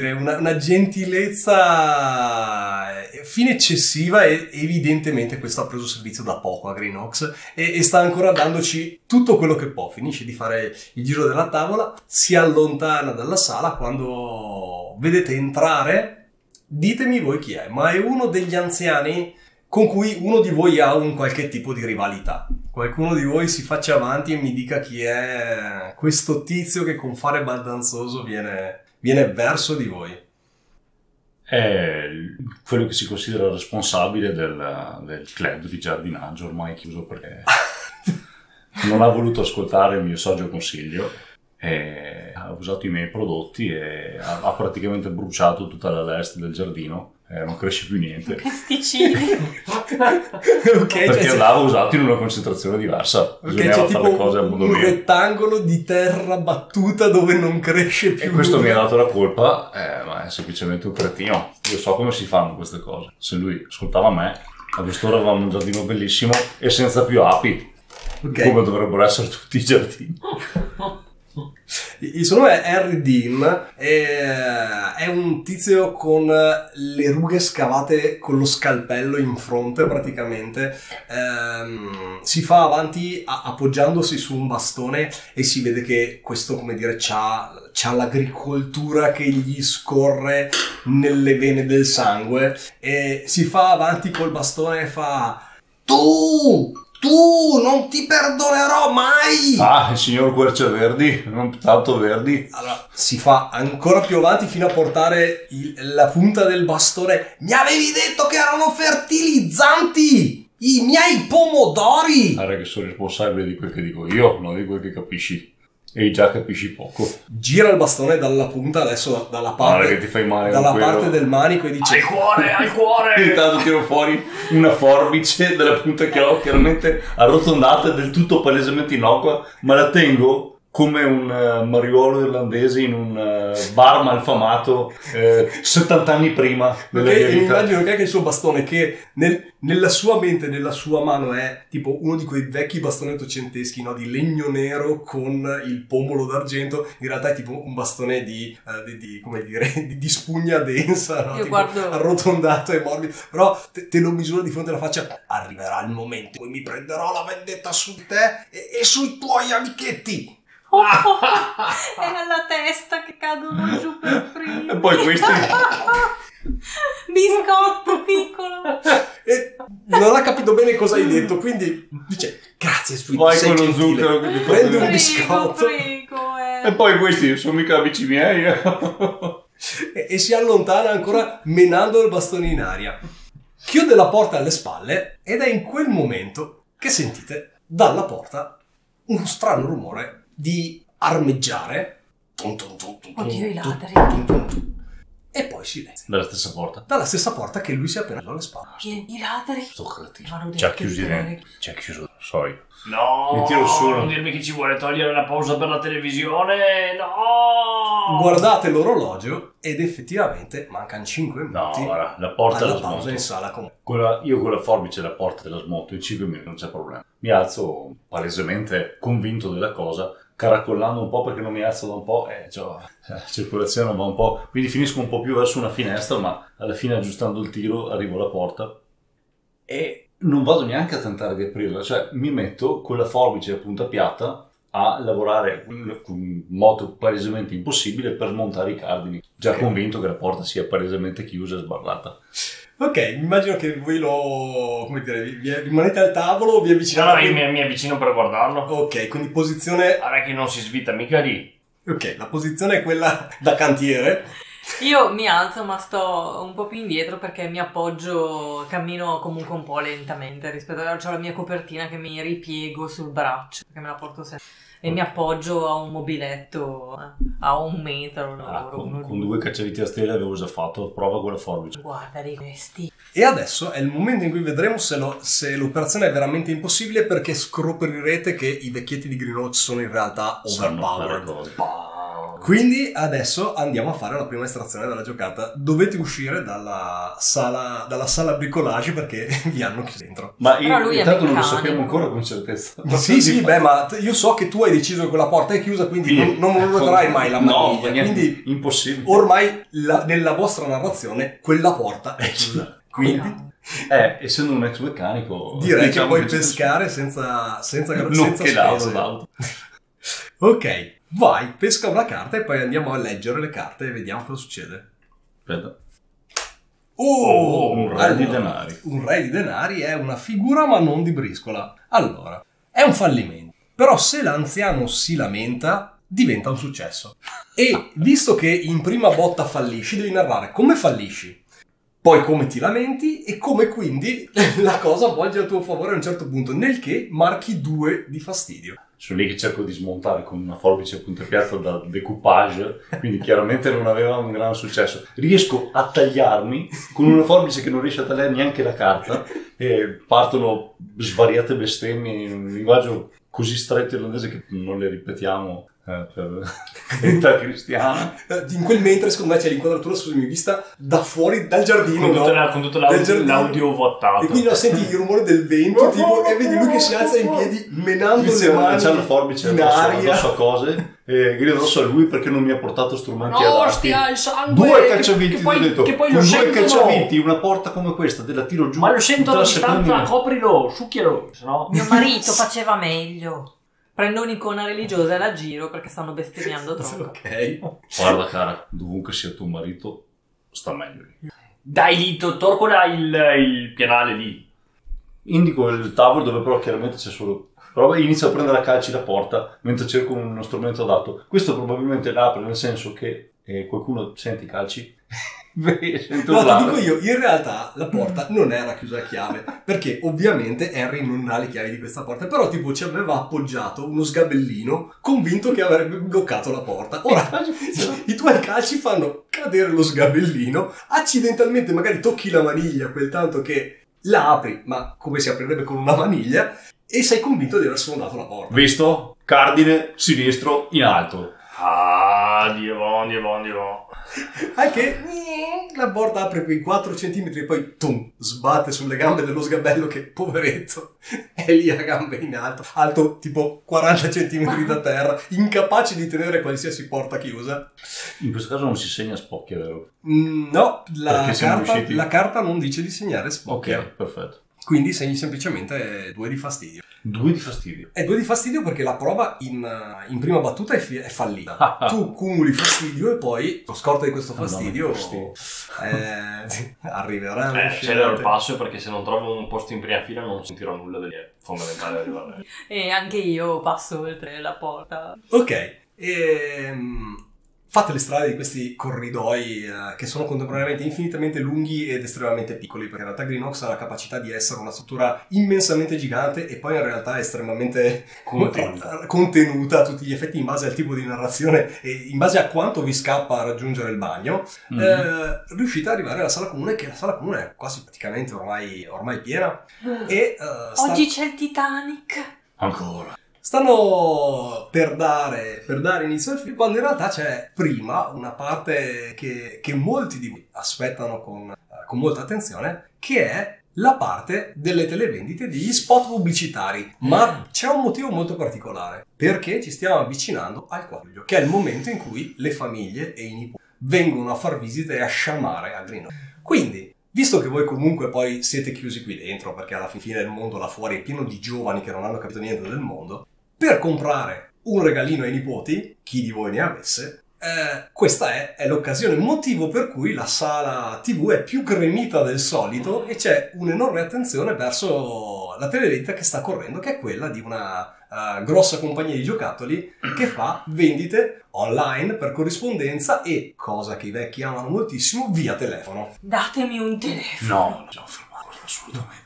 gentilezza fine eccessiva e evidentemente questo ha preso servizio da poco a Greenox e sta ancora dandoci tutto quello che può. Finisce di fare il giro della tavola, si allontana dalla sala. Quando vedete entrare, ditemi voi chi è, ma è uno degli anziani con cui uno di voi ha un qualche tipo di rivalità. Qualcuno di voi si faccia avanti e mi dica chi è questo tizio che con fare baldanzoso viene verso di voi. È quello che si considera responsabile del club di giardinaggio, ormai chiuso perché non ha voluto ascoltare il mio saggio consiglio e ha usato i miei prodotti e ha praticamente bruciato tutta la leste del giardino. Non cresce più niente. Pesticidi. Perché l'ho usato in una concentrazione diversa. C'è tipo un rettangolo di terra battuta dove non cresce più. E questo mi ha dato la colpa, ma è semplicemente un cretino. Io so come si fanno queste cose. Se lui ascoltava me, a quest'ora avevamo un giardino bellissimo e senza più api. Come dovrebbero essere tutti i giardini. Il suo nome è Harry Dean, è un tizio con le rughe scavate con lo scalpello in fronte praticamente. Si fa avanti appoggiandosi su un bastone e si vede che questo, come dire, c'ha l'agricoltura che gli scorre nelle vene del sangue e si fa avanti col bastone e fa: Tu non ti perdonerò mai! Il signor Querciaverdi, non tanto Verdi. Allora, si fa ancora più avanti fino a portare la punta del bastone. Mi avevi detto che erano fertilizzanti! I miei pomodori! Guarda che sono responsabile di quel che dico io, non di quel che capisci. E già capisci poco. Gira il bastone dalla punta, adesso dalla parte, che ti fai male dalla parte del manico e dice: Al cuore! E intanto tiro fuori una forbice della punta che ho chiaramente arrotondata, del tutto palesemente innocua, ma la tengo come un mariuolo irlandese in un bar malfamato 70 anni prima della mia vita. Immagino che anche il suo bastone, che nella sua mente, nella sua mano, è tipo uno di quei vecchi bastoni ottocenteschi, no? Di legno nero con il pomolo d'argento. In realtà è tipo un bastone di spugna densa, no? Tipo arrotondato e morbido. Però te lo misura di fronte alla faccia. Arriverà il momento in cui mi prenderò la vendetta su te e sui tuoi amichetti. È nella testa che cadono giù per prima. E poi questi biscotto piccolo. E non ha capito bene cosa hai detto, quindi dice: grazie, Sweet, vai sei con lo gentile. zucchero che ti prendi un biscotto. E poi questi sono mica amici miei. E si allontana ancora menando il bastone in aria. Chiude la porta alle spalle ed è in quel momento che sentite dalla porta uno strano rumore di armeggiare. Oddio, i ladri. e poi silenzio. Dalla stessa porta. Dalla stessa porta che lui si è appena preso alle spalle. I ladri. Sto cretino. Vanno Ci ha detto chiusi che- dentro. Ci ha chiuso. Sorry. No, Mi tiro su. non dirmi che ci vuole togliere la pausa per la televisione. No. Guardate l'orologio ed effettivamente mancano 5 No, minuti guarda, la porta alla la pausa smonto. in sala con... Io con la forbice la porta della smonto in 5 minuti, non c'è problema. Mi alzo palesemente convinto della cosa, caracollando un po' perché non mi alzo da un po', la circolazione va un po', quindi finisco un po' più verso una finestra, ma alla fine aggiustando il tiro arrivo alla porta e non vado neanche a tentare di aprirla, cioè mi metto con la forbice a punta piatta a lavorare con un modo palesemente impossibile per smontare i cardini, già Ok. convinto che la porta sia palesemente chiusa e sbarrata. Ok, immagino che voi come dire, rimanete al tavolo o vi No, avvicinate... no, io mi avvicino per guardarlo. Ok, quindi posizione... Guarda che non si svita mica lì. Ok, la posizione è quella da cantiere. Io mi alzo ma sto un po' più indietro perché mi appoggio, cammino comunque un po' lentamente rispetto a... C'ho la mia copertina che mi ripiego sul braccio, perché me la porto sempre. E mi appoggio a un mobiletto a 1 metro. Con 2 cacciaviti a stelle avevo già fatto prova con la forbice. Guarda di questi. E adesso è il momento in cui vedremo se l'operazione è veramente impossibile, perché scoprirete che i vecchietti di Green Oak sono in realtà Sanno fare overpowered. cose. Quindi adesso andiamo a fare la prima estrazione della giocata. Dovete uscire dalla sala bricolage perché vi hanno chiuso dentro. Ma Però lui è intanto non lo meccanico. sappiamo ancora con certezza. Sì, beh, ma io so che tu hai deciso che quella porta è chiusa, quindi non vedrai mai la No, maniglia. niente, Quindi impossibile. ormai nella vostra narrazione quella porta è chiusa. Quindi Essendo un ex meccanico, direi diciamo che puoi ci- pescare senza non che l'auto spese. d'auto. Ok, vai, pesca una carta e poi andiamo a leggere le carte e vediamo cosa succede. Aspetta. Oh, un re di denari. Un re di denari è una figura ma non di briscola. Allora, è un fallimento. Però se l'anziano si lamenta, diventa un successo. E visto che in prima botta fallisci, devi narrare come fallisci, poi come ti lamenti e come quindi la cosa volge a tuo favore a un certo punto, nel che marchi 2 di fastidio. Sono lì che cerco di smontare con una forbice a punta piatta da decoupage, quindi chiaramente non aveva un gran successo. Riesco a tagliarmi con una forbice che non riesce a tagliare neanche la carta e partono svariate bestemmie in un linguaggio così stretto irlandese che non le ripetiamo per carità cristiana. In quel mentre, secondo me, c'è l'inquadratura, scusami, vista da fuori dal giardino. Con tutto Del giardino. l'audio vuotato. E quindi senti il rumore del vento, tipo, e vedi lui che si alza in piedi, menando le mani C'è la forbice in addosso, aria. addosso a cose e grido addosso a lui perché non mi ha portato strumenti adatti. Ostia, il sangue! 2 cacciaviti, Che ho detto, poi con lo 2 sentono! cacciaviti, una porta come questa, te la tiro giù. Ma lo sento tutta a la distanza, seconda. coprilo, succhialo, sennò... Mio marito faceva meglio. Prendo un'icona religiosa e la giro perché stanno bestemmiando troppo. Ok. Guarda cara, dovunque sia tuo marito, sta meglio lì. Dai lì, torcola il pianale lì. Indico il tavolo dove però chiaramente c'è solo... Però inizio a prendere a calci la porta mentre cerco uno strumento adatto. Questo probabilmente l'apre nel senso che qualcuno sente i calci. Sento No, ti urlare. dico io, in realtà la porta non era chiusa a chiave, perché ovviamente Harry non ha le chiavi di questa porta, però tipo ci aveva appoggiato uno sgabellino convinto che avrebbe bloccato la porta. Ora, i tuoi calci fanno cadere lo sgabellino, accidentalmente magari tocchi la maniglia quel tanto che la apri, ma come si aprirebbe con una maniglia, e sei convinto di aver sfondato la porta. Visto? Cardine, sinistro, in alto. Ah, Dio. Anche la porta apre quei 4 centimetri e poi tum, sbatte sulle gambe dello sgabello che, poveretto, è lì a gambe in alto tipo 40 centimetri da terra, incapace di tenere qualsiasi porta chiusa. In questo caso non si segna spocchia, vero? No, Perché siamo riusciti? la carta non dice di segnare spocchia, Ok, perfetto. quindi segni semplicemente 2 di fastidio. 2 di fastidio. È 2 di fastidio perché la prova in prima battuta è fallita. Tu cumuli fastidio e poi, a scorta di questo fastidio, arriverà. Accelero il passo perché se non trovo un posto in prima fila non sentirò nulla del è fondamentale arrivare. E anche io passo oltre la porta. Ok, fate le strade di questi corridoi che sono contemporaneamente infinitamente lunghi ed estremamente piccoli, perché in realtà Greenox ha la capacità di essere una struttura immensamente gigante e poi in realtà estremamente contenuta a tutti gli effetti in base al tipo di narrazione e in base a quanto vi scappa a raggiungere il bagno. Riuscite ad arrivare alla sala comune, che la sala comune è quasi praticamente ormai piena e oggi c'è il Titanic Ancora. stanno per dare inizio al film, quando in realtà c'è prima una parte che molti di voi aspettano con molta attenzione, che è la parte delle televendite degli spot pubblicitari. Ma c'è un motivo molto particolare, perché ci stiamo avvicinando al 4 luglio, che è il momento in cui le famiglie e i nipoti vengono a far visite e a sciamare a Greenox. Quindi, visto che voi comunque poi siete chiusi qui dentro, perché alla fine il mondo là fuori è pieno di giovani che non hanno capito niente del mondo, per comprare un regalino ai nipoti, chi di voi ne avesse, questa è l'occasione, motivo per cui la sala TV è più gremita del solito e c'è un'enorme attenzione verso la televendita che sta correndo, che è quella di una grossa compagnia di giocattoli che fa vendite online per corrispondenza e, cosa che i vecchi amano moltissimo, via telefono. datemi un telefono. No, dobbiamo fermarlo assolutamente.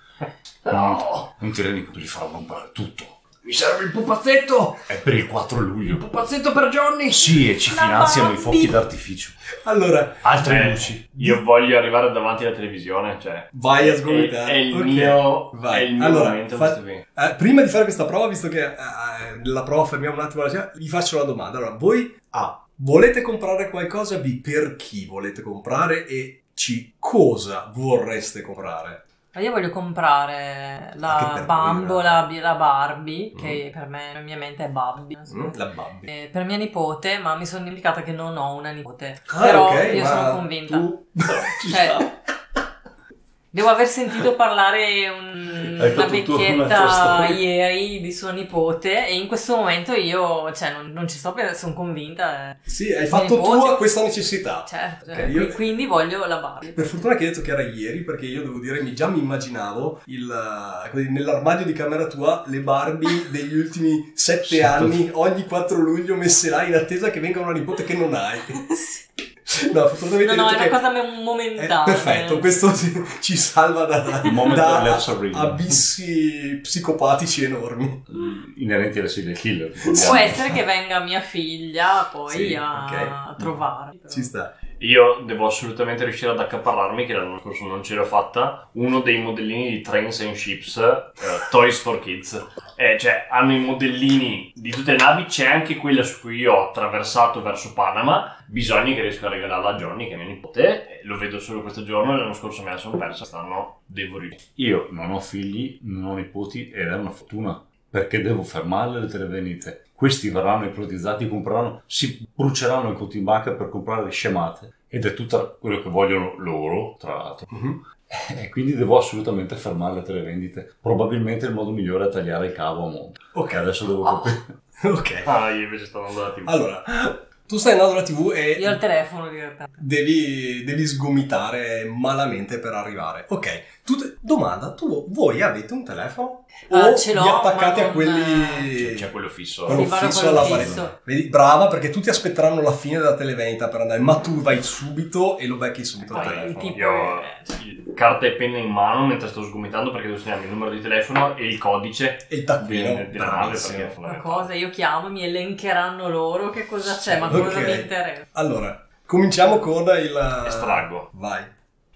No, non ti rendi conto, gli farò comprare tutto. Mi serve il pupazzetto! È per il 4 Il luglio. pupazzetto per Johnny! Sì, e ci La finanziano i Barbie. fuochi d'artificio. Allora, Altre luci. Io voglio arrivare davanti alla televisione, cioè... vai a sgomitare. È il Ok, mio vai. è il mio Allora, momento questo qui. prima di fare questa prova, visto che la prova fermiamo un attimo, gli faccio una domanda. Allora, voi volete comprare qualcosa? B, per chi volete comprare? E C, cosa vorreste comprare? Io voglio comprare Anche la per bambola, la Barbie, che per me, nella mia mente è Barbie. La Barbie. Per mia nipote, ma mi sono dimenticata che non ho una nipote. Ah, Però ok, io ma sono convinta. tu- ci Cioè, sta. devo aver sentito parlare Hai una fatto tu una tua vecchietta storia. ieri di sua nipote e in questo momento io, cioè, non ci sto perché sono convinta. Sì, hai Mia fatto tu nipote- a questa necessità. Certo, Ok, io- quindi voglio la Barbie. Per fortuna che hai detto che era ieri, perché io devo dire, già mi immaginavo nell'armadio di camera tua le Barbie degli ultimi 7 anni, ogni 4 luglio messe là in attesa che venga una nipote che non hai. No, fortunatamente No, hai è detto una che cosa momentanea. perfetto, questo ci salva Il momento da dell'Earth Surreal. abissi psicopatici enormi. Inerenti alla serial killer. Può essere che venga mia figlia poi Sì, a ok. trovarmi. Ci sta. Io devo assolutamente riuscire ad accaparrarmi, che l'anno scorso non ce l'ho fatta, uno dei modellini di Trains and Ships, Toys for Kids. Cioè, hanno i modellini di tutte le navi, c'è anche quella su cui io ho attraversato verso Panama. Bisogna che riesco a regalarla a Johnny, che è mia nipote. Lo vedo solo questo giorno, l'anno scorso me la sono persa, quest'anno devo riuscire. Io non ho figli, non ho nipoti ed è una fortuna. Perché devo fermarle le televendite. Questi verranno ipnotizzati, compreranno, si bruceranno i conti in banca per comprare le scemate. Ed è tutto quello che vogliono loro, tra l'altro. E quindi devo assolutamente fermare le televendite. Probabilmente il modo migliore è tagliare il cavo a monte. Ok. Adesso devo capire. Ok. Io invece sto andando alla TV. Allora, tu stai andando alla TV e Io ho il telefono direttamente. devi sgomitare malamente per arrivare. Ok, domanda, voi avete un telefono? O Ce l'ho, vi attaccate ma a non- quelli... C'è quello fisso. quello Sì, vado fisso con quello alla fisso. parete. Vedi, brava, perché tutti aspetteranno la fine della televendita per andare, ma tu vai subito e lo becchi subito al Poi, telefono. tipo- Io ho carta e penna in mano mentre sto sgomitando, perché devo segnare il numero di telefono e il codice E il taccuino, della nave, bravissimo. perché è Una fondamentale. cosa, io chiamo, mi elencheranno loro che cosa c'è, ma cosa Ok. mi interessa. Allora, cominciamo con il... Estraggo. Vai.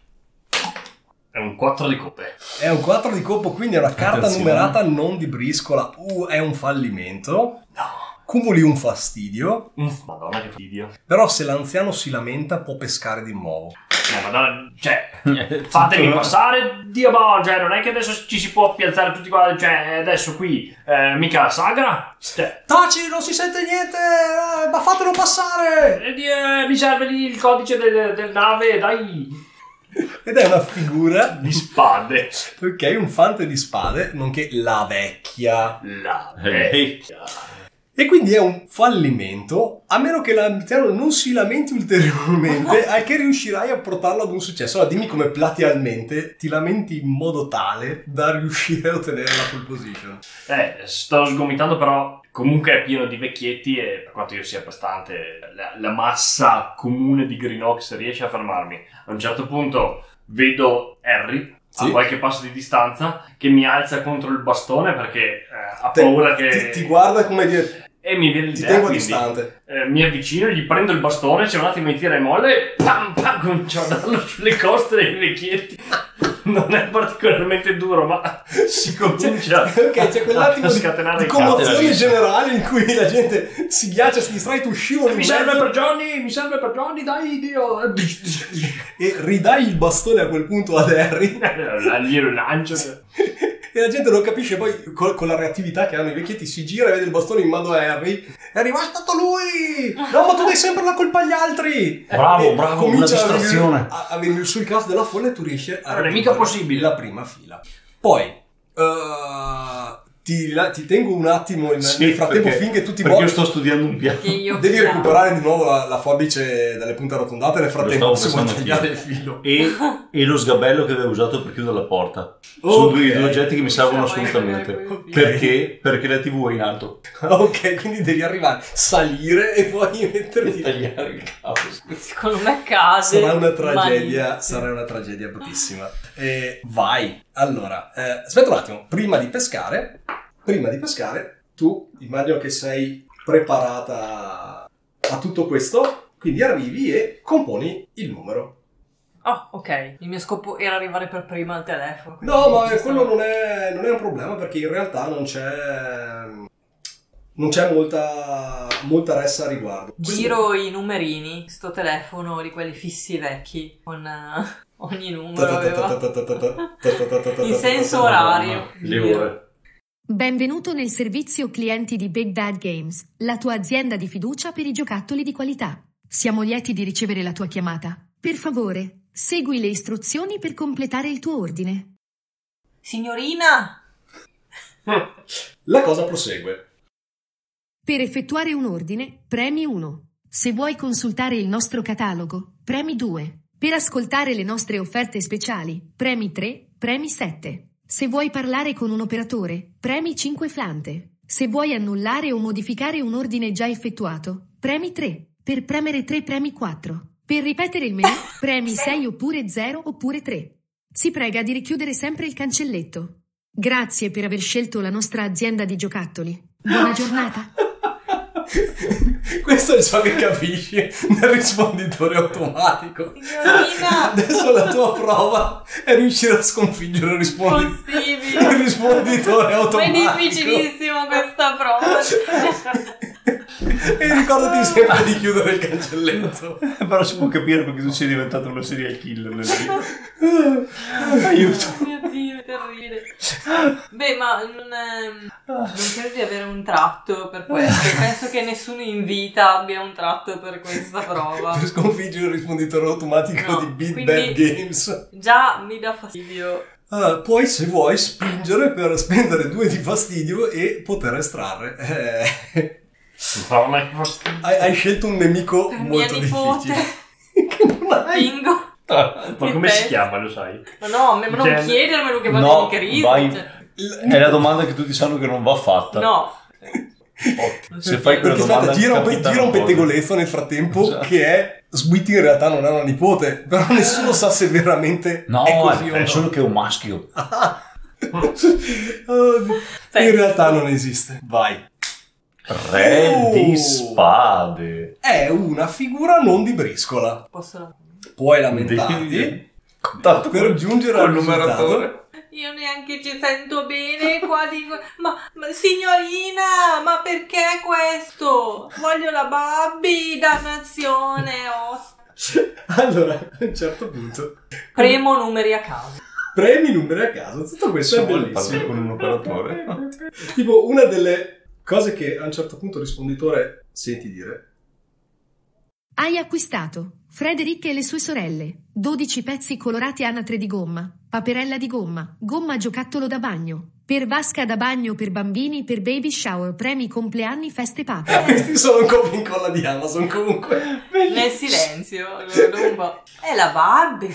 È un 4 di coppe. È un 4 di coppo, quindi è una carta Attenzione. numerata non di briscola. È un fallimento. Cumuli un fastidio. Madonna che fastidio. Però se l'anziano si lamenta può pescare di nuovo. Madonna, cioè, fatemi passare, Dio boh, cioè, non è che adesso ci si può piazzare tutti qua, cioè, adesso qui, mica la sagra, cioè, Taci, non si sente niente, ma fatelo passare! mi serve lì il codice del nave, dai, Ed è una figura, di spade, ok, un fante di spade, nonché la vecchia. la Lei. vecchia. E quindi è un fallimento, a meno che l'anziano non si lamenti ulteriormente, a che riuscirai a portarlo ad un successo. Allora dimmi come platealmente ti lamenti in modo tale da riuscire a ottenere la pole position. Sto sgomitando, però comunque è pieno di vecchietti e per quanto io sia prestante, la massa comune di Greenox riesce a fermarmi. A un certo punto vedo Harry a qualche passo di distanza che mi alza contro il bastone perché ha paura che... Ti guarda come dire... E mi viene l'idea, ti tengo quindi, distante. Mi avvicino, gli prendo il bastone, c'è un attimo di tira e molle e pam pam comincio a darlo sulle coste dei vecchietti. Non è particolarmente duro, ma si comincia c'è quell'attimo a scatenare di il commozione cazzo. generale in cui la gente si ghiaccia, si distrae, tu scivoli. Mi serve per Johnny, dai Dio. E ridai il bastone a quel punto ad Harry. Glielo lancio. E la gente non capisce, poi con la reattività che hanno i vecchietti si gira e vede il bastone in mano a Harry. Harry, ma è stato lui! No, ma tu dai sempre la colpa agli altri! Bravo, una comincia distrazione. a venire sul caso della folla e tu riesci a Non è mica possibile. la prima fila. Poi ti tengo un attimo nel frattempo finché tu ti perché muovi. io sto studiando un piano. Devi recuperare di nuovo la forbice dalle punte arrotondate. Nel frattempo Lo possiamo stavo tagliare il pensando filo. E lo sgabello che avevo usato per chiudere la porta. Sono due oggetti che mi servono assolutamente. Perché? Perché la TV è in alto. Ok, quindi devi arrivare, salire e poi metterti Tagliare il cavo. Secondo me cade. Sarà una tragedia, malissimo. sarà una tragedia bruttissima. Vai. Allora, aspetta un attimo, prima di pescare, tu immagino che sei preparata a tutto questo, quindi arrivi e componi il numero. Oh, ok. Il mio scopo era arrivare per prima al telefono. No, ma ci quello sono- non è un problema perché in realtà non c'è molta ressa a riguardo. Giro i numerini, sto telefono di quelli fissi vecchi, con ogni numero aveva... in senso orario. Le Giro. ore. Benvenuto nel servizio clienti di Big Bad Games, la tua azienda di fiducia per i giocattoli di qualità. Siamo lieti di ricevere la tua chiamata. Per favore, segui le istruzioni per completare il tuo ordine. Signorina! La cosa prosegue. Per effettuare un ordine, premi 1. Se vuoi consultare il nostro catalogo, premi 2. Per ascoltare le nostre offerte speciali, premi 3, premi 7. Se vuoi parlare con un operatore, premi 5 flante. Se vuoi annullare o modificare un ordine già effettuato, premi 3. Per premere 3 premi 4. Per ripetere il menu, premi 6 oppure 0 oppure 3. Si prega di richiudere sempre il cancelletto. Grazie per aver scelto la nostra azienda di giocattoli. Buona giornata. Questo è ciò che capisci nel risponditore automatico. Signorina! Adesso la tua prova è riuscire a sconfiggere il Possibile! risponditore Ma è automatico. difficilissima questa prova. E ricordati sempre di chiudere il cancelletto. Però si può capire perché tu sei diventato una serial killer nel video. Aiuto. Mio Dio, è terribile. Beh, ma non credo di avere un tratto per questo. Penso che nessuno in vita abbia un tratto per questa prova. Per sconfiggere il risponditore automatico No, di Beat quindi- Bad Games. Già mi dà fastidio. Poi se vuoi spingere per spendere 2 di fastidio e poter estrarre. Non è fastidio. Hai scelto un nemico Per molto mia nipote. difficile. Che non hai. Bingo. Ma come si Che chiama, lo sai? Ma no, ma non Cioè- chiedermelo che vado No, in crisi. vai. Cioè, È la domanda che tutti sanno che non va fatta. no. Se fai quella Perché domanda aspetta, gira un capitano pettegolezzo nel frattempo Esatto. che è Sweetie in realtà non è una nipote, però nessuno sa se veramente No, è così o è no. solo che è un maschio. In realtà non esiste. Vai. Re di spade. È una figura non di briscola. Posso... Puoi lamentarti Contatto per giungere col al risultato. numeratore. Io neanche ci sento bene qua dico, ma signorina, ma perché questo? Voglio la Barbie, dannazione, Allora, a un certo punto Premo numeri a caso. premi i numeri a caso. Tutto questo è Parli bellissimo. con un operatore. Tipo, una delle cose che a un certo punto il risponditore senti dire: Hai acquistato Frederick e le sue sorelle 12 pezzi colorati anatre di gomma, paperella di gomma, gomma giocattolo da bagno, per vasca da bagno per bambini, per baby shower, premi compleanni, feste pape. questi sono un copia e incolla di Amazon comunque. Nel silenzio, lo vedo un po'. È la Barbie.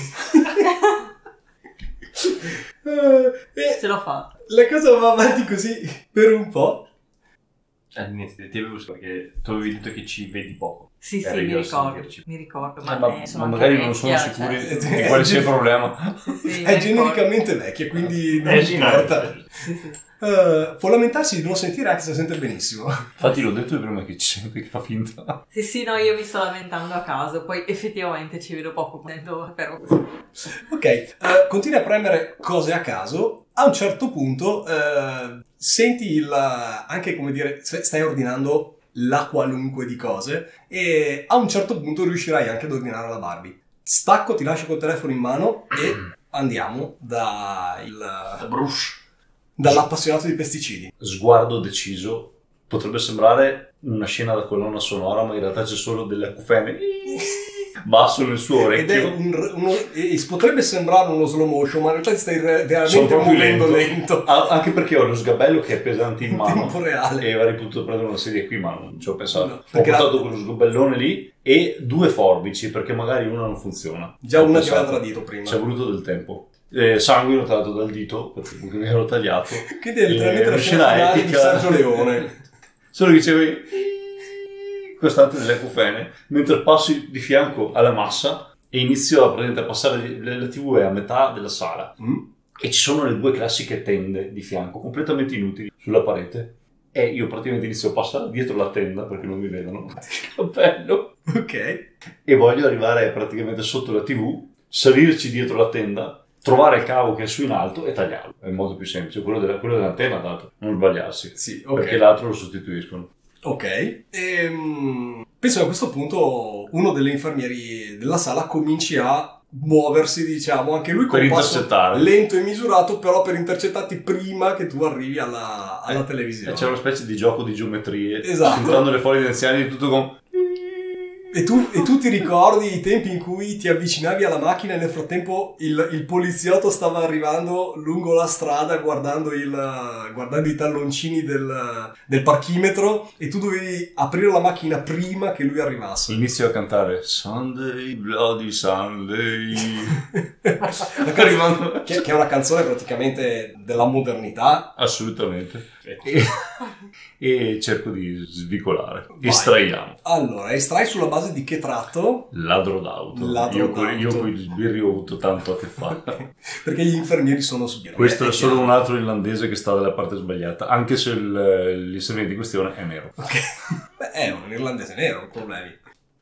E Ce l'ho fatta. la cosa va avanti così per un po'. Niente, ti avevo perché tu avevi detto che ci vedi poco. Sì, Eri mi io a ricordo, sentirci. ma Ma sono magari anche non sono vecchia, sicuri cioè, di quale sia il problema. sì, È mi genericamente vecchia, quindi non Sì, no, importa. sì. Può lamentarsi di non sentire anche se sente benissimo. Infatti l'ho detto prima che ci sente che fa finta. Sì, no, io mi sto lamentando a caso, poi effettivamente ci vedo poco quando però così. Ok, continui a premere cose a caso. A un certo punto senti anche come dire, stai ordinando la qualunque di cose e a un certo punto riuscirai anche ad ordinare la Barbie. Stacco, ti lascio col telefono in mano e andiamo dall'appassionato di pesticidi. Sguardo deciso. Potrebbe sembrare una scena da colonna sonora, ma in realtà c'è solo delle acufene basso nel suo Ed è orecchio. potrebbe sembrare uno slow motion, ma in realtà ti stai Sono veramente proprio muovendo lento. Anche perché ho lo sgabello che è pesante in In mano tempo reale. e avrei potuto prendere una sedia qui, ma non ci ho pensato. No, Ho perché portato quello sgabellone lì e 2 forbici perché magari una non funziona. Già Ho una ti pensato. aveva tradito prima. Ci è voluto del tempo. Sangue notato dal dito perché mi ero tagliato. Quindi è letteralmente la Una scena finale di epica. Sergio Leone. Solo che dicevi costante delle acufene mentre passi di fianco alla massa e inizio a passare. La TV è a metà della sala e ci sono le 2 classiche tende di fianco completamente inutili sulla parete e io praticamente inizio a passare dietro la tenda perché non mi vedono. Che bello. Ok. E voglio arrivare praticamente sotto la TV, salirci dietro la tenda, trovare il cavo che è su in alto e tagliarlo. È il modo più semplice, quello dell'antenna, tanto non sbagliarsi. Sì, ok. Perché l'altro lo sostituiscono. Ok. Penso che a questo punto uno degli infermieri della sala cominci a muoversi, diciamo, anche lui con Per un passo intercettare. lento e misurato, però per intercettarti prima che tu arrivi alla televisione. C'è una specie di gioco di geometrie. Esatto. Puntando le foglie iniziali di tutto con... E tu ti ricordi i tempi in cui ti avvicinavi alla macchina e nel frattempo il poliziotto stava arrivando lungo la strada guardando i talloncini del parchimetro e tu dovevi aprire la macchina prima che lui arrivasse. Inizio a cantare Sunday, Bloody Sunday. Che è una canzone praticamente della modernità. Assolutamente. E cerco di svicolare. Vai. Estraiamo. Allora, estrai sulla base di che tratto? Ladro d'auto. Io con i sbirri ho avuto tanto a che fare. Perché gli infermieri sono sbirri. Questo è solo un altro irlandese che sta dalla parte sbagliata, anche se l'insegnante di questione è nero. Ok. Beh, è un irlandese nero, non problemi.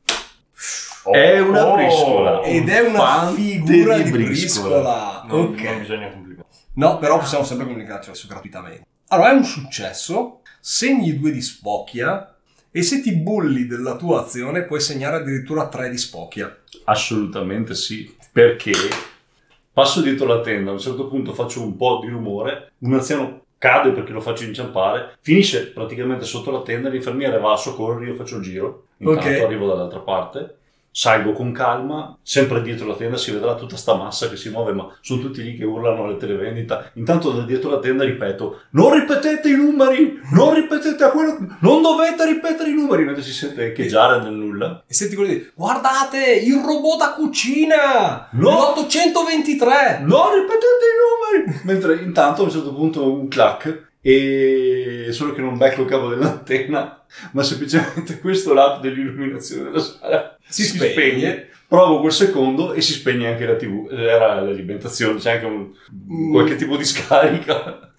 È una briscola. Ed è una Fante figura di briscola. Non Ok. bisogna complicare. No, però possiamo sempre comunicarci adesso gratuitamente. Allora, è un successo. Segni 2 di spocchia. E se ti bulli della tua azione, puoi segnare addirittura 3 di spocchia. Assolutamente sì, perché passo dietro la tenda, a un certo punto faccio un po' di rumore, un anziano cade perché lo faccio inciampare, finisce praticamente sotto la tenda, l'infermiere va a soccorrere, io faccio il giro, intanto Ok. arrivo dall'altra parte, salgo con calma, sempre dietro la tenda si vedrà tutta sta massa che si muove, ma sono tutti lì che urlano alle televendita. Intanto da dietro la tenda ripeto: non ripetete i numeri, non ripetete a quello, non dovete ripetere i numeri, mentre si sente echeggiare nel nulla. E senti quello di: guardate, il robot da cucina! No! L'823! Non ripetete i numeri! Mentre intanto a un certo punto un clac, e solo che non becco il cavo dell'antenna, ma semplicemente questo lato dell'illuminazione della sala Si spegne. Provo quel secondo e si spegne anche la TV. Era l'alimentazione, c'è anche qualche tipo di scarica.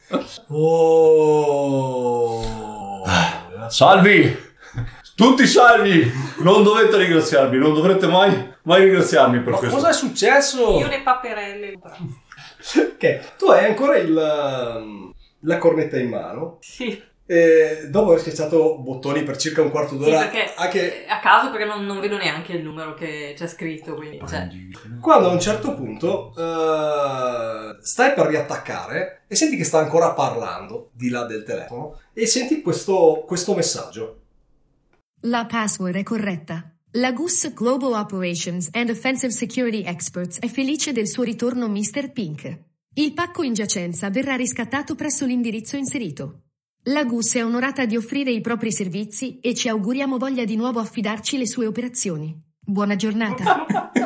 Oh! Salvi! Tutti salvi! Non dovete ringraziarmi, non dovrete mai ringraziarmi per Ma questo. cosa è successo? Io le paperelle. Ok, tu hai ancora la cornetta in mano. Sì. E dopo aver schiacciato bottoni per circa un quarto Sì, d'ora, perché anche a caso perché non vedo neanche il numero che c'è scritto, quindi cioè, quando a un certo punto stai per riattaccare e senti che sta ancora parlando di là del telefono e senti questo messaggio. La password è corretta. La GUS Global Operations and Offensive Security Experts è felice del suo ritorno Mr. Pink. Il pacco in giacenza verrà riscattato presso l'indirizzo inserito. La GUS è onorata di offrire i propri servizi e ci auguriamo voglia di nuovo affidarci le sue operazioni. Buona giornata.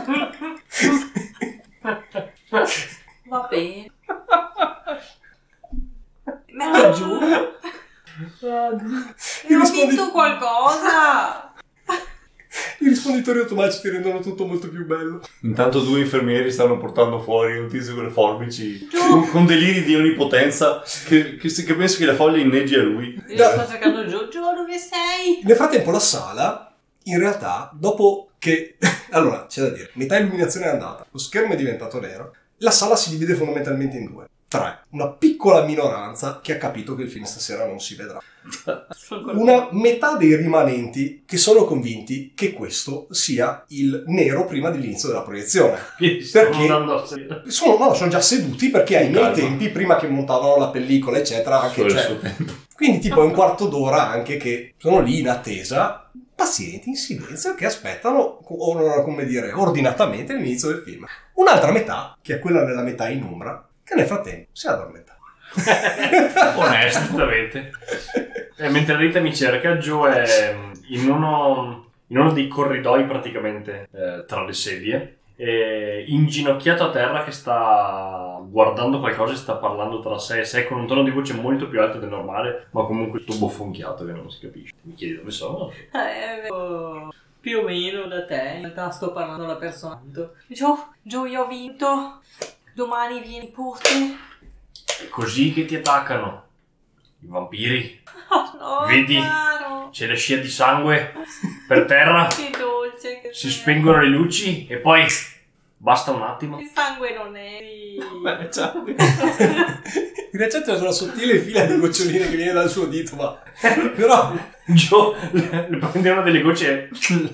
va bene. Metti giù. ho vinto qualcosa! I risponditori automatici rendono tutto molto più bello. Intanto 2 infermieri stanno portando fuori un tizio con le forbici con deliri di onnipotenza che penso che la foglia inneggi a lui. Io sto cercando Gio, dove sei? Nel frattempo la sala, in realtà, dopo che... allora, c'è da dire, metà illuminazione è andata, lo schermo è diventato nero, la sala si divide fondamentalmente in 2. 3. Una piccola minoranza che ha capito che il film stasera non si vedrà. Una metà dei rimanenti che sono convinti che questo sia il nero prima dell'inizio della proiezione. Perché sono già seduti perché ai miei tempi, prima che montavano la pellicola, eccetera, anche quindi tipo è un quarto d'ora anche che sono lì in attesa, pazienti, in silenzio, che aspettano, come dire, ordinatamente l'inizio del film. Un'altra metà, che è quella nella metà in ombra, che nel frattempo si è addormentata. Onestamente. Mentre Rita mi cerca, Joe è in uno dei corridoi praticamente tra le sedie, inginocchiato a terra, che sta guardando qualcosa e sta parlando tra sé e sé con un tono di voce molto più alto del normale, ma comunque tutto bofonchiato che non si capisce. Mi chiedi dove sono? Più o meno da te. In realtà sto parlando alla persona. Gio, io ho vinto. Domani vieni nipote. È così che ti attaccano i vampiri. No, vedi? Caro. C'è la scia di sangue per terra. Che dolce che Si spengono le luci e poi basta un attimo. Il sangue non è. In realtà c'è una sottile fila di goccioline che viene dal suo dito, ma però Joe le prende una delle gocce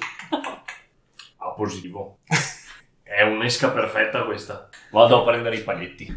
a positivo. È un'esca perfetta questa. Vado a prendere i paletti.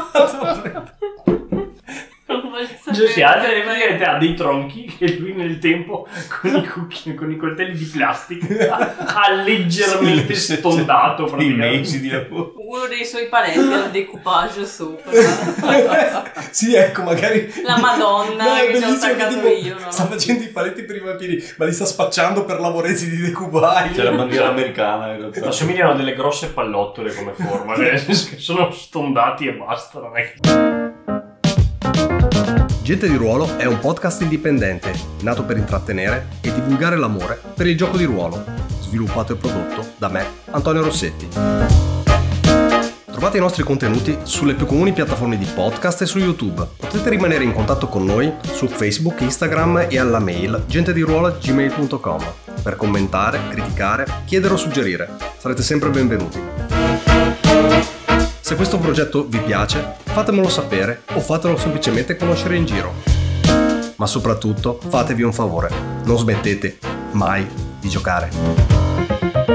Joe si alza e praticamente ha dei tronchi che lui nel tempo con i coltelli di plastica ha leggermente stondato i mesi di lavoro. Uno dei suoi paletti ha il decoupage sopra. sì, ecco, magari la Madonna che ci ho attaccato tipo, io, no? Sta facendo i paletti per i vampiri, ma li sta spacciando per lavorezzi di decoupage. C'è la bandiera americana in realtà. Assomigliano a delle grosse pallottole come forma, nel senso che sono stondati e basta, non è che... Gente di Ruolo è un podcast indipendente, nato per intrattenere e divulgare l'amore per il gioco di ruolo, sviluppato e prodotto da me, Antonio Rossetti. Trovate i nostri contenuti sulle più comuni piattaforme di podcast e su YouTube. Potete rimanere in contatto con noi su Facebook, Instagram e alla mail gentediruolo@gmail.com per commentare, criticare, chiedere o suggerire. Sarete sempre benvenuti. Se questo progetto vi piace, fatemelo sapere o fatelo semplicemente conoscere in giro. Ma soprattutto, fatevi un favore, non smettete mai di giocare.